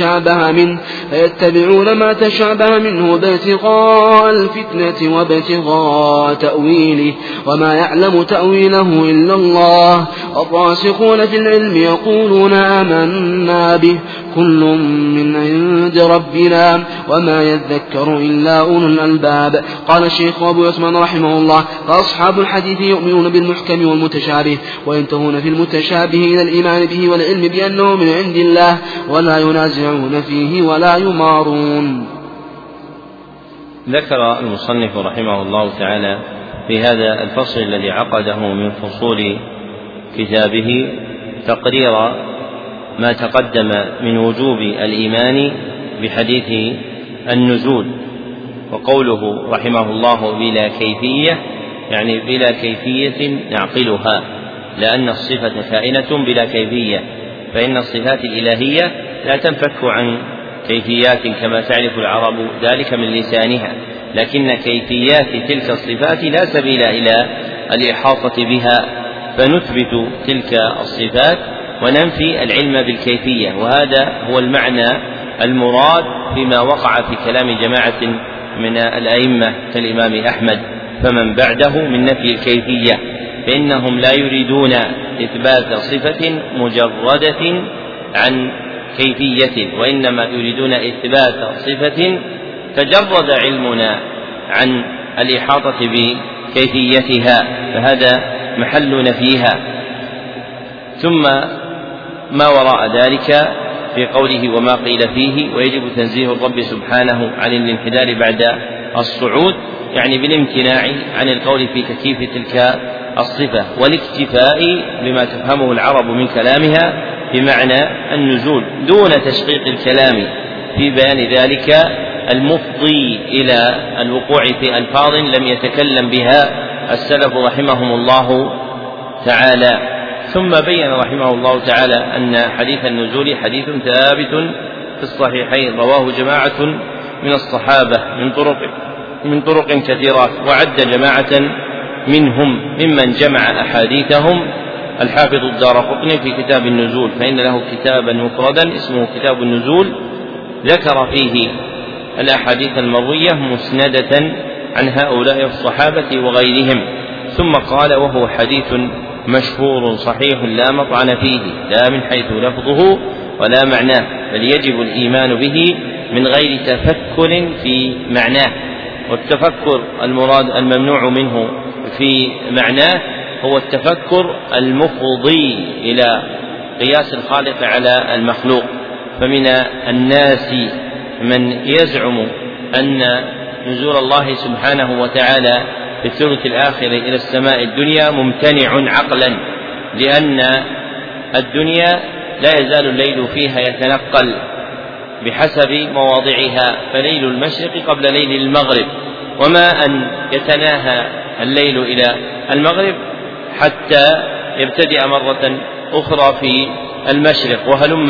ما تشابه منه ابتغاء الفتنة وابتغاء تأويله وما يعلم تأويله إلا الله والراسخون في العلم يقولون آمنا به كل من عند ربنا وما يذكر إلا أولو الألباب. قال الشيخ أبو عثمان رحمه الله: فأصحاب الحديث يؤمنون بالمحكم والمتشابه وينتهون في المتشابه إلى الإيمان به والعلم بأنه من عند الله ولا ينازعون فيه ولا يمارون. ذكر المصنف رحمه الله تعالى في هذا الفصل الذي عقده من فصول كتابه تقرير ما تقدم من وجوب الإيمان بحديث النزول، وقوله رحمه الله بلا كيفية يعني بلا كيفية نعقلها، لأن الصفة كائنة بلا كيفية، فإن الصفات الإلهية لا تنفك عن كيفيات كما تعرف العرب ذلك من لسانها، لكن كيفيات تلك الصفات لا سبيل إلى الإحاطة بها، فنثبت تلك الصفات وننفي العلم بالكيفية، وهذا هو المعنى المراد فيما وقع في كلام جماعة من الأئمة كالإمام أحمد فمن بعده من نفي الكيفية، فإنهم لا يريدون إثبات صفة مجردة عن كيفية، وإنما يريدون إثبات صفة تجرد علمنا عن الإحاطة بكيفيتها، فهذا محل نفيها. ثم ما وراء ذلك في قوله وما قيل فيه: ويجب تنزيه الرب سبحانه عن الانحدار بعد الصعود، يعني بالامتناع عن القول في تكييف تلك الصفة والاكتفاء بما تفهمه العرب من كلامها بمعنى النزول دون تشقيق الكلام في بيان ذلك المفضي إلى الوقوع في ألفاظ لم يتكلم بها السلف رحمهم الله تعالى. ثم بين رحمه الله تعالى أن حديث النزول حديث ثابت في الصحيحين رواه جماعة من الصحابة من طرق كثيرة، وعد جماعة منهم ممن جمع أحاديثهم الحافظ الدارقطني في كتاب النزول، فإن له كتابا مفردا اسمه كتاب النزول ذكر فيه الأحاديث المروية مسندة عن هؤلاء الصحابة وغيرهم، ثم قال: وهو حديث مشهور صحيح لا مطعن فيه لا من حيث لفظه ولا معناه، بل يجب الإيمان به من غير تفكر في معناه. والتفكر المراد الممنوع منه في معناه هو التفكر المفضي إلى قياس الخالق على المخلوق، فمن الناس من يزعم أن نزول الله سبحانه وتعالى في الثلث الآخر إلى السماء الدنيا ممتنع عقلا، لأن الدنيا لا يزال الليل فيها يتنقل بحسب مواضعها، فليل المشرق قبل ليل المغرب، وما أن يتناهى الليل إلى المغرب حتى يبتدئ مرة أخرى في المشرق وهلم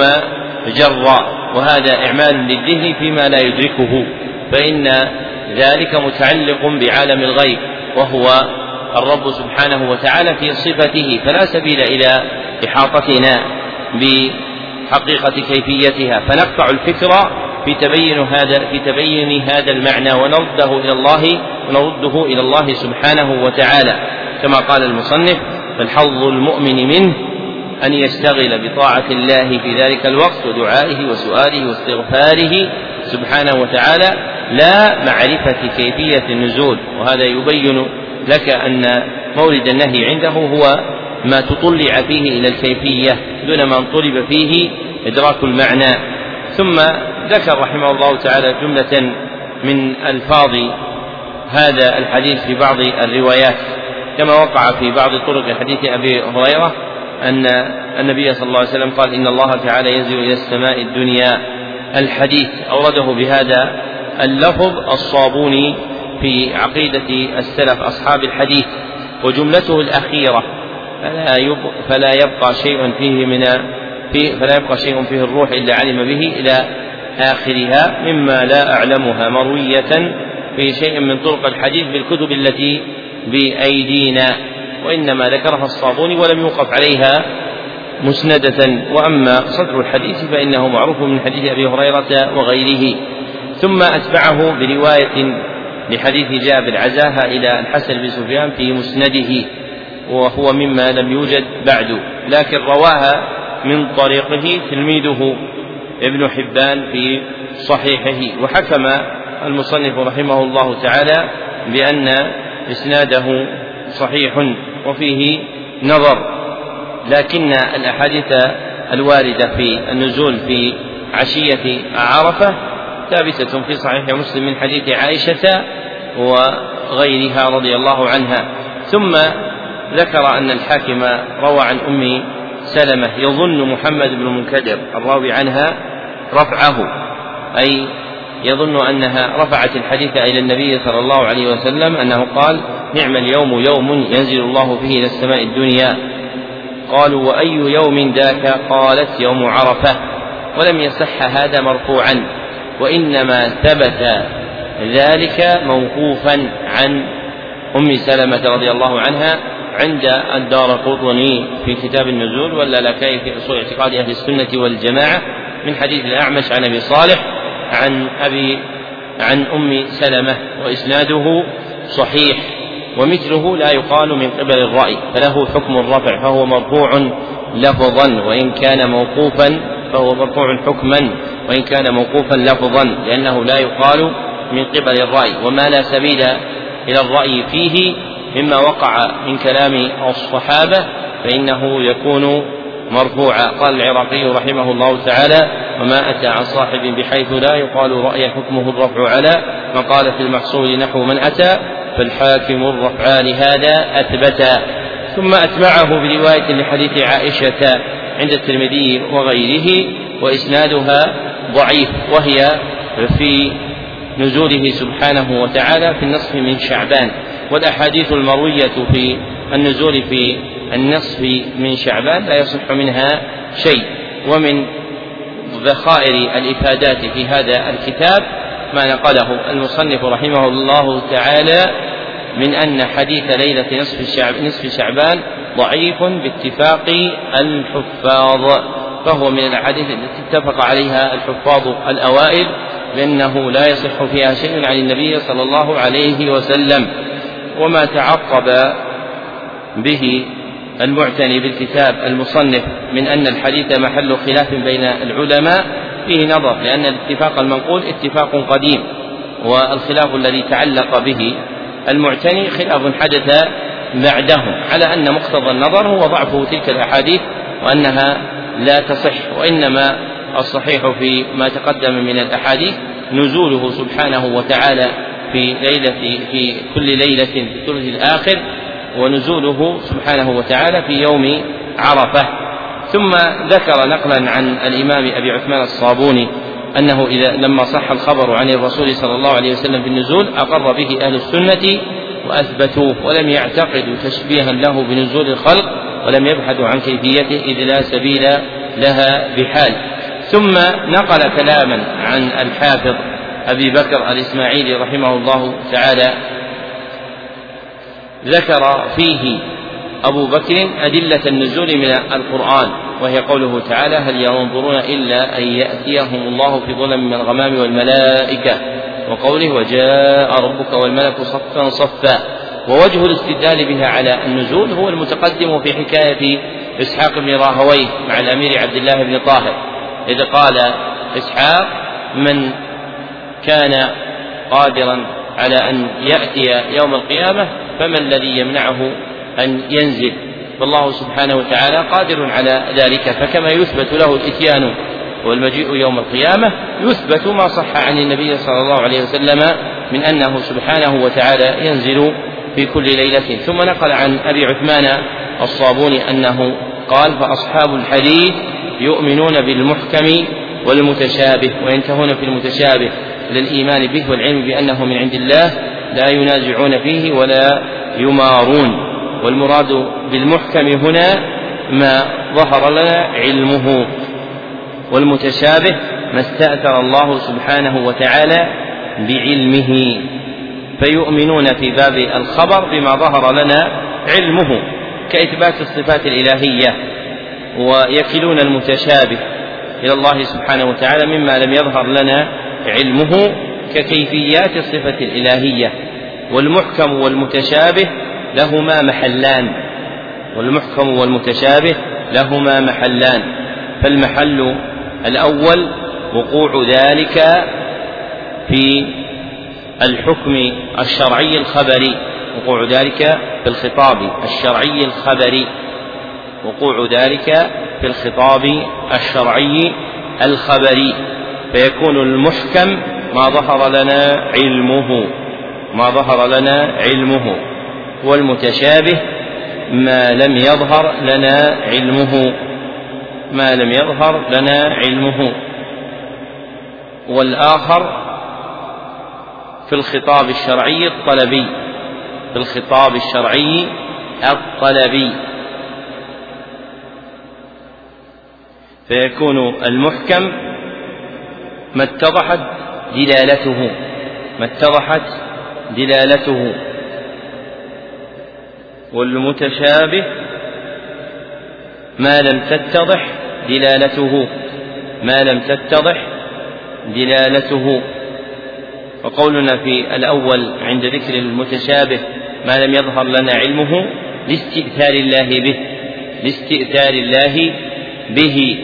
جرا، وهذا إعمال للذهن فيما لا يدركه، فإن ذلك متعلق بعالم الغيب وهو الرب سبحانه وتعالى في صفته، فلا سبيل إلى إحاطتنا بحقيقة كيفيتها، فنقطع الفكر في تبين هذا المعنى ونرده إلى الله سبحانه وتعالى، كما قال المصنف: فالحظ المؤمن منه أن يشتغل بطاعة الله في ذلك الوقت ودعائه وسؤاله واستغفاره سبحانه وتعالى، لا معرفة كيفية النزول. وهذا يبين لك أن مورد النهي عنده هو ما تطلع فيه إلى الكيفية دون ما انطلب فيه إدراك المعنى. ثم ذكر رحمه الله تعالى جملة من ألفاظ هذا الحديث في بعض الروايات، كما وقع في بعض طرق حديث أبي هريرة أن النبي صلى الله عليه وسلم قال: إن الله تعالى ينزل إلى السماء الدنيا. الحديث أورده بهذا اللفظ الصابوني في عقيدة السلف أصحاب الحديث، وجملته الأخيرة: فلا يبقى شيء فيه الروح إلا علم به، إلى آخرها، مما لا أعلمها مروية في شيء من طرق الحديث بالكتب التي بأيدينا، وإنما ذكرها الصابوني ولم يوقف عليها مسندة. وأما صدر الحديث فإنه معروف من حديث أبي هريرة وغيره. ثم أتبعه برواية لحديث جابر عزاها إلى الحسن بن سفيان في مسنده، وهو مما لم يوجد بعد، لكن رواها من طريقه تلميذه ابن حبان في صحيحه. وحكم المصنف رحمه الله تعالى بأن إسناده صحيح وفيه نظر، لكن الأحاديث الواردة في النزول في عشية عرفة ثابتة في صحيح مسلم من حديث عائشة وغيرها رضي الله عنها. ثم ذكر أن الحاكم روى عن أم سلمة يظن محمد بن المنكدر الراوي عنها رفعه، أي يظن أنها رفعت الحديث إلى النبي صلى الله عليه وسلم أنه قال: نعم اليوم يوم ينزل الله فيه إلى السماء الدنيا. قالوا: وأي يوم ذاك؟ قالت: يوم عرفة. ولم يصح هذا مرفوعا، وإنما ثبت ذلك موقوفا عن أم سلمة رضي الله عنها عند الدارقطني في كتاب النزول واللالكائي في أصول اعتقاد أهل السنة والجماعة من حديث الأعمش عن أبي صالح عن أم سلمة، وإسناده صحيح، ومثله لا يقال من قبل الرأي، فله حكم الرفع، فهو مرفوع لفظا وإن كان موقوفا، فهو مرفوع حكما وإن كان موقوفا لفظا، لأنه لا يقال من قبل الرأي. وما لا سبيل إلى الرأي فيه مما وقع من كلام الصحابة فإنه يكون مرفوعا. قال العراقي رحمه الله تعالى: وما أتى عن صاحب بحيث لا يقال رأي حكمه الرفع على مقالة المحصول نحو من أتى، فالحاكم الرفع لهذا أثبتا. ثم أتبعه برواية لحديث عائشة عند الترمذي وغيره، وإسنادها ضعيف، وهي في نزوله سبحانه وتعالى في النصف من شعبان. والأحاديث المروية في النزول في النصف من شعبان لا يصح منها شيء. ومن ذخائر الإفادات في هذا الكتاب ما نقله المصنف رحمه الله تعالى من أن حديث ليلة نصف شعبان ضعيف باتفاق الحفاظ، فهو من الأحاديث التي اتفق عليها الحفاظ الأوائل لأنه لا يصح فيها شيء عن النبي صلى الله عليه وسلم. وما تعقب به المعتني بالكتاب المصنف من أن الحديث محل خلاف بين العلماء فيه نظر، لأن الاتفاق المنقول اتفاق قديم، والخلاف الذي تعلق به المعتني خلاف حدث بعدهم، على أن مقتضى النظر هو ضعف تلك الأحاديث وأنها لا تصح. وإنما الصحيح في ما تقدم من الأحاديث نزوله سبحانه وتعالى في كل ليلة في الثلث الآخر، ونزوله سبحانه وتعالى في يوم عرفة. ثم ذكر نقلا عن الإمام أبي عثمان الصابوني أنه لما صح الخبر عن الرسول صلى الله عليه وسلم في النزول أقر به أهل السنة وأثبتوه، ولم يعتقدوا تشبيها له بنزول الخلق، ولم يبحثوا عن كيفيته إذ لا سبيل لها بحال. ثم نقل كلاما عن الحافظ أبي بكر الإسماعيلي رحمه الله تعالى ذكر فيه أبو بكر أدلة النزول من القرآن، وهي قوله تعالى: هل ينظرون إلا أن يأتيهم الله في ظلم من الغمام والملائكة، وقوله: وجاء ربك والملك صفا صفا. ووجه الاستدلال بها على النزول هو المتقدم في حكاية إسحاق بن راهويه مع الأمير عبد الله بن طاهر، إذ قال إسحاق: من كان قادرا على أن يأتي يوم القيامة فما الذي يمنعه أن ينزل؟ فالله سبحانه وتعالى قادر على ذلك، فكما يثبت له الإتيان والمجيء يوم القيامة يثبت ما صح عن النبي صلى الله عليه وسلم من أنه سبحانه وتعالى ينزل في كل ليلة. ثم نقل عن أبي عثمان الصابوني أنه قال: فأصحاب الحديث يؤمنون بالمحكم والمتشابه وينتهون في المتشابه للإيمان به والعلم بأنه من عند الله، لا ينازعون فيه ولا يمارون. والمراد بالمحكم هنا ما ظهر لنا علمه، والمتشابه ما استأثر الله سبحانه وتعالى بعلمه، فيؤمنون في باب الخبر بما ظهر لنا علمه كإثبات الصفات الإلهية، ويكلون المتشابه إلى الله سبحانه وتعالى مما لم يظهر لنا علمه ككيفيات الصفة الإلهية. والمحكم والمتشابه لهما محلان، والمحكم والمتشابه لهما محلان، فالمحل الأول وقوع ذلك في الحكم الشرعي الخبري، وقوع ذلك في الخطاب الشرعي الخبري، وقوع ذلك في الخطاب الشرعي الخبري، فيكون المحكم ما ظهر لنا علمه، ما ظهر لنا علمه، والمتشابه ما لم يظهر لنا علمه، ما لم يظهر لنا علمه. والآخر في الخطاب الشرعي الطلبي، في الخطاب الشرعي الطلبي، فيكون المحكم ما اتضحت دلالته، ما اتضحت دلالته، والمتشابه ما لم تتضح دلالته، ما لم تتضح دلالته. وقولنا في الأول عند ذكر المتشابه ما لم يظهر لنا علمه لاستئثار الله به، لاستئثار الله به.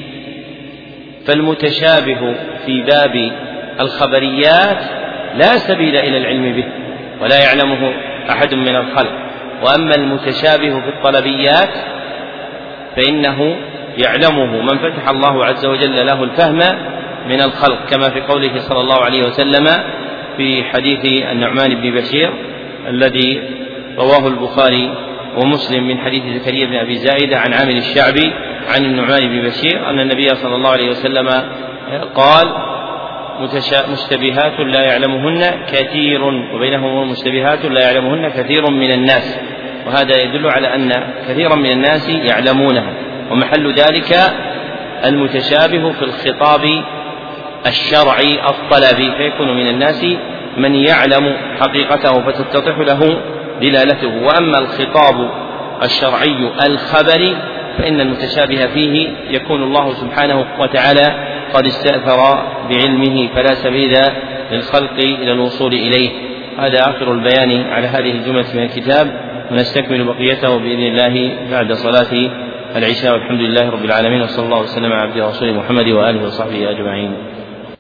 فالمتشابه في باب الخبريات لا سبيل إلى العلم به ولا يعلمه أحد من الخلق، وأما المتشابه في الطلبيات فإنه يعلمه من فتح الله عز وجل له الفهم من الخلق، كما في قوله صلى الله عليه وسلم في حديث النعمان بن بشير الذي رواه البخاري ومسلم من حديث زكريا بن أبي زائدة عن عامر الشعبي عن النعمان بن بشير أن النبي صلى الله عليه وسلم قال: مشتبهات لا يعلمهن كثير، وبينهم مشتبهات لا يعلمهن كثير من الناس. وهذا يدل على أن كثيرا من الناس يعلمونها، ومحل ذلك المتشابه في الخطاب الشرعي الطلبي، فيكون من الناس من يعلم حقيقته فتتضح له دلالته. وأما الخطاب الشرعي الخبري فإن المتشابه فيه يكون الله سبحانه وتعالى قد استأثر بعلمه، فلا سبيل للخلق إلى الوصول إليه. هذا آخر البيان على هذه الجملة من الكتاب، ونستكمل بقيته بإذن الله بعد صلاة العشاء، والحمد لله رب العالمين، وصلى الله وسلم على عبده ورسوله محمد وآله وصحبه أجمعين.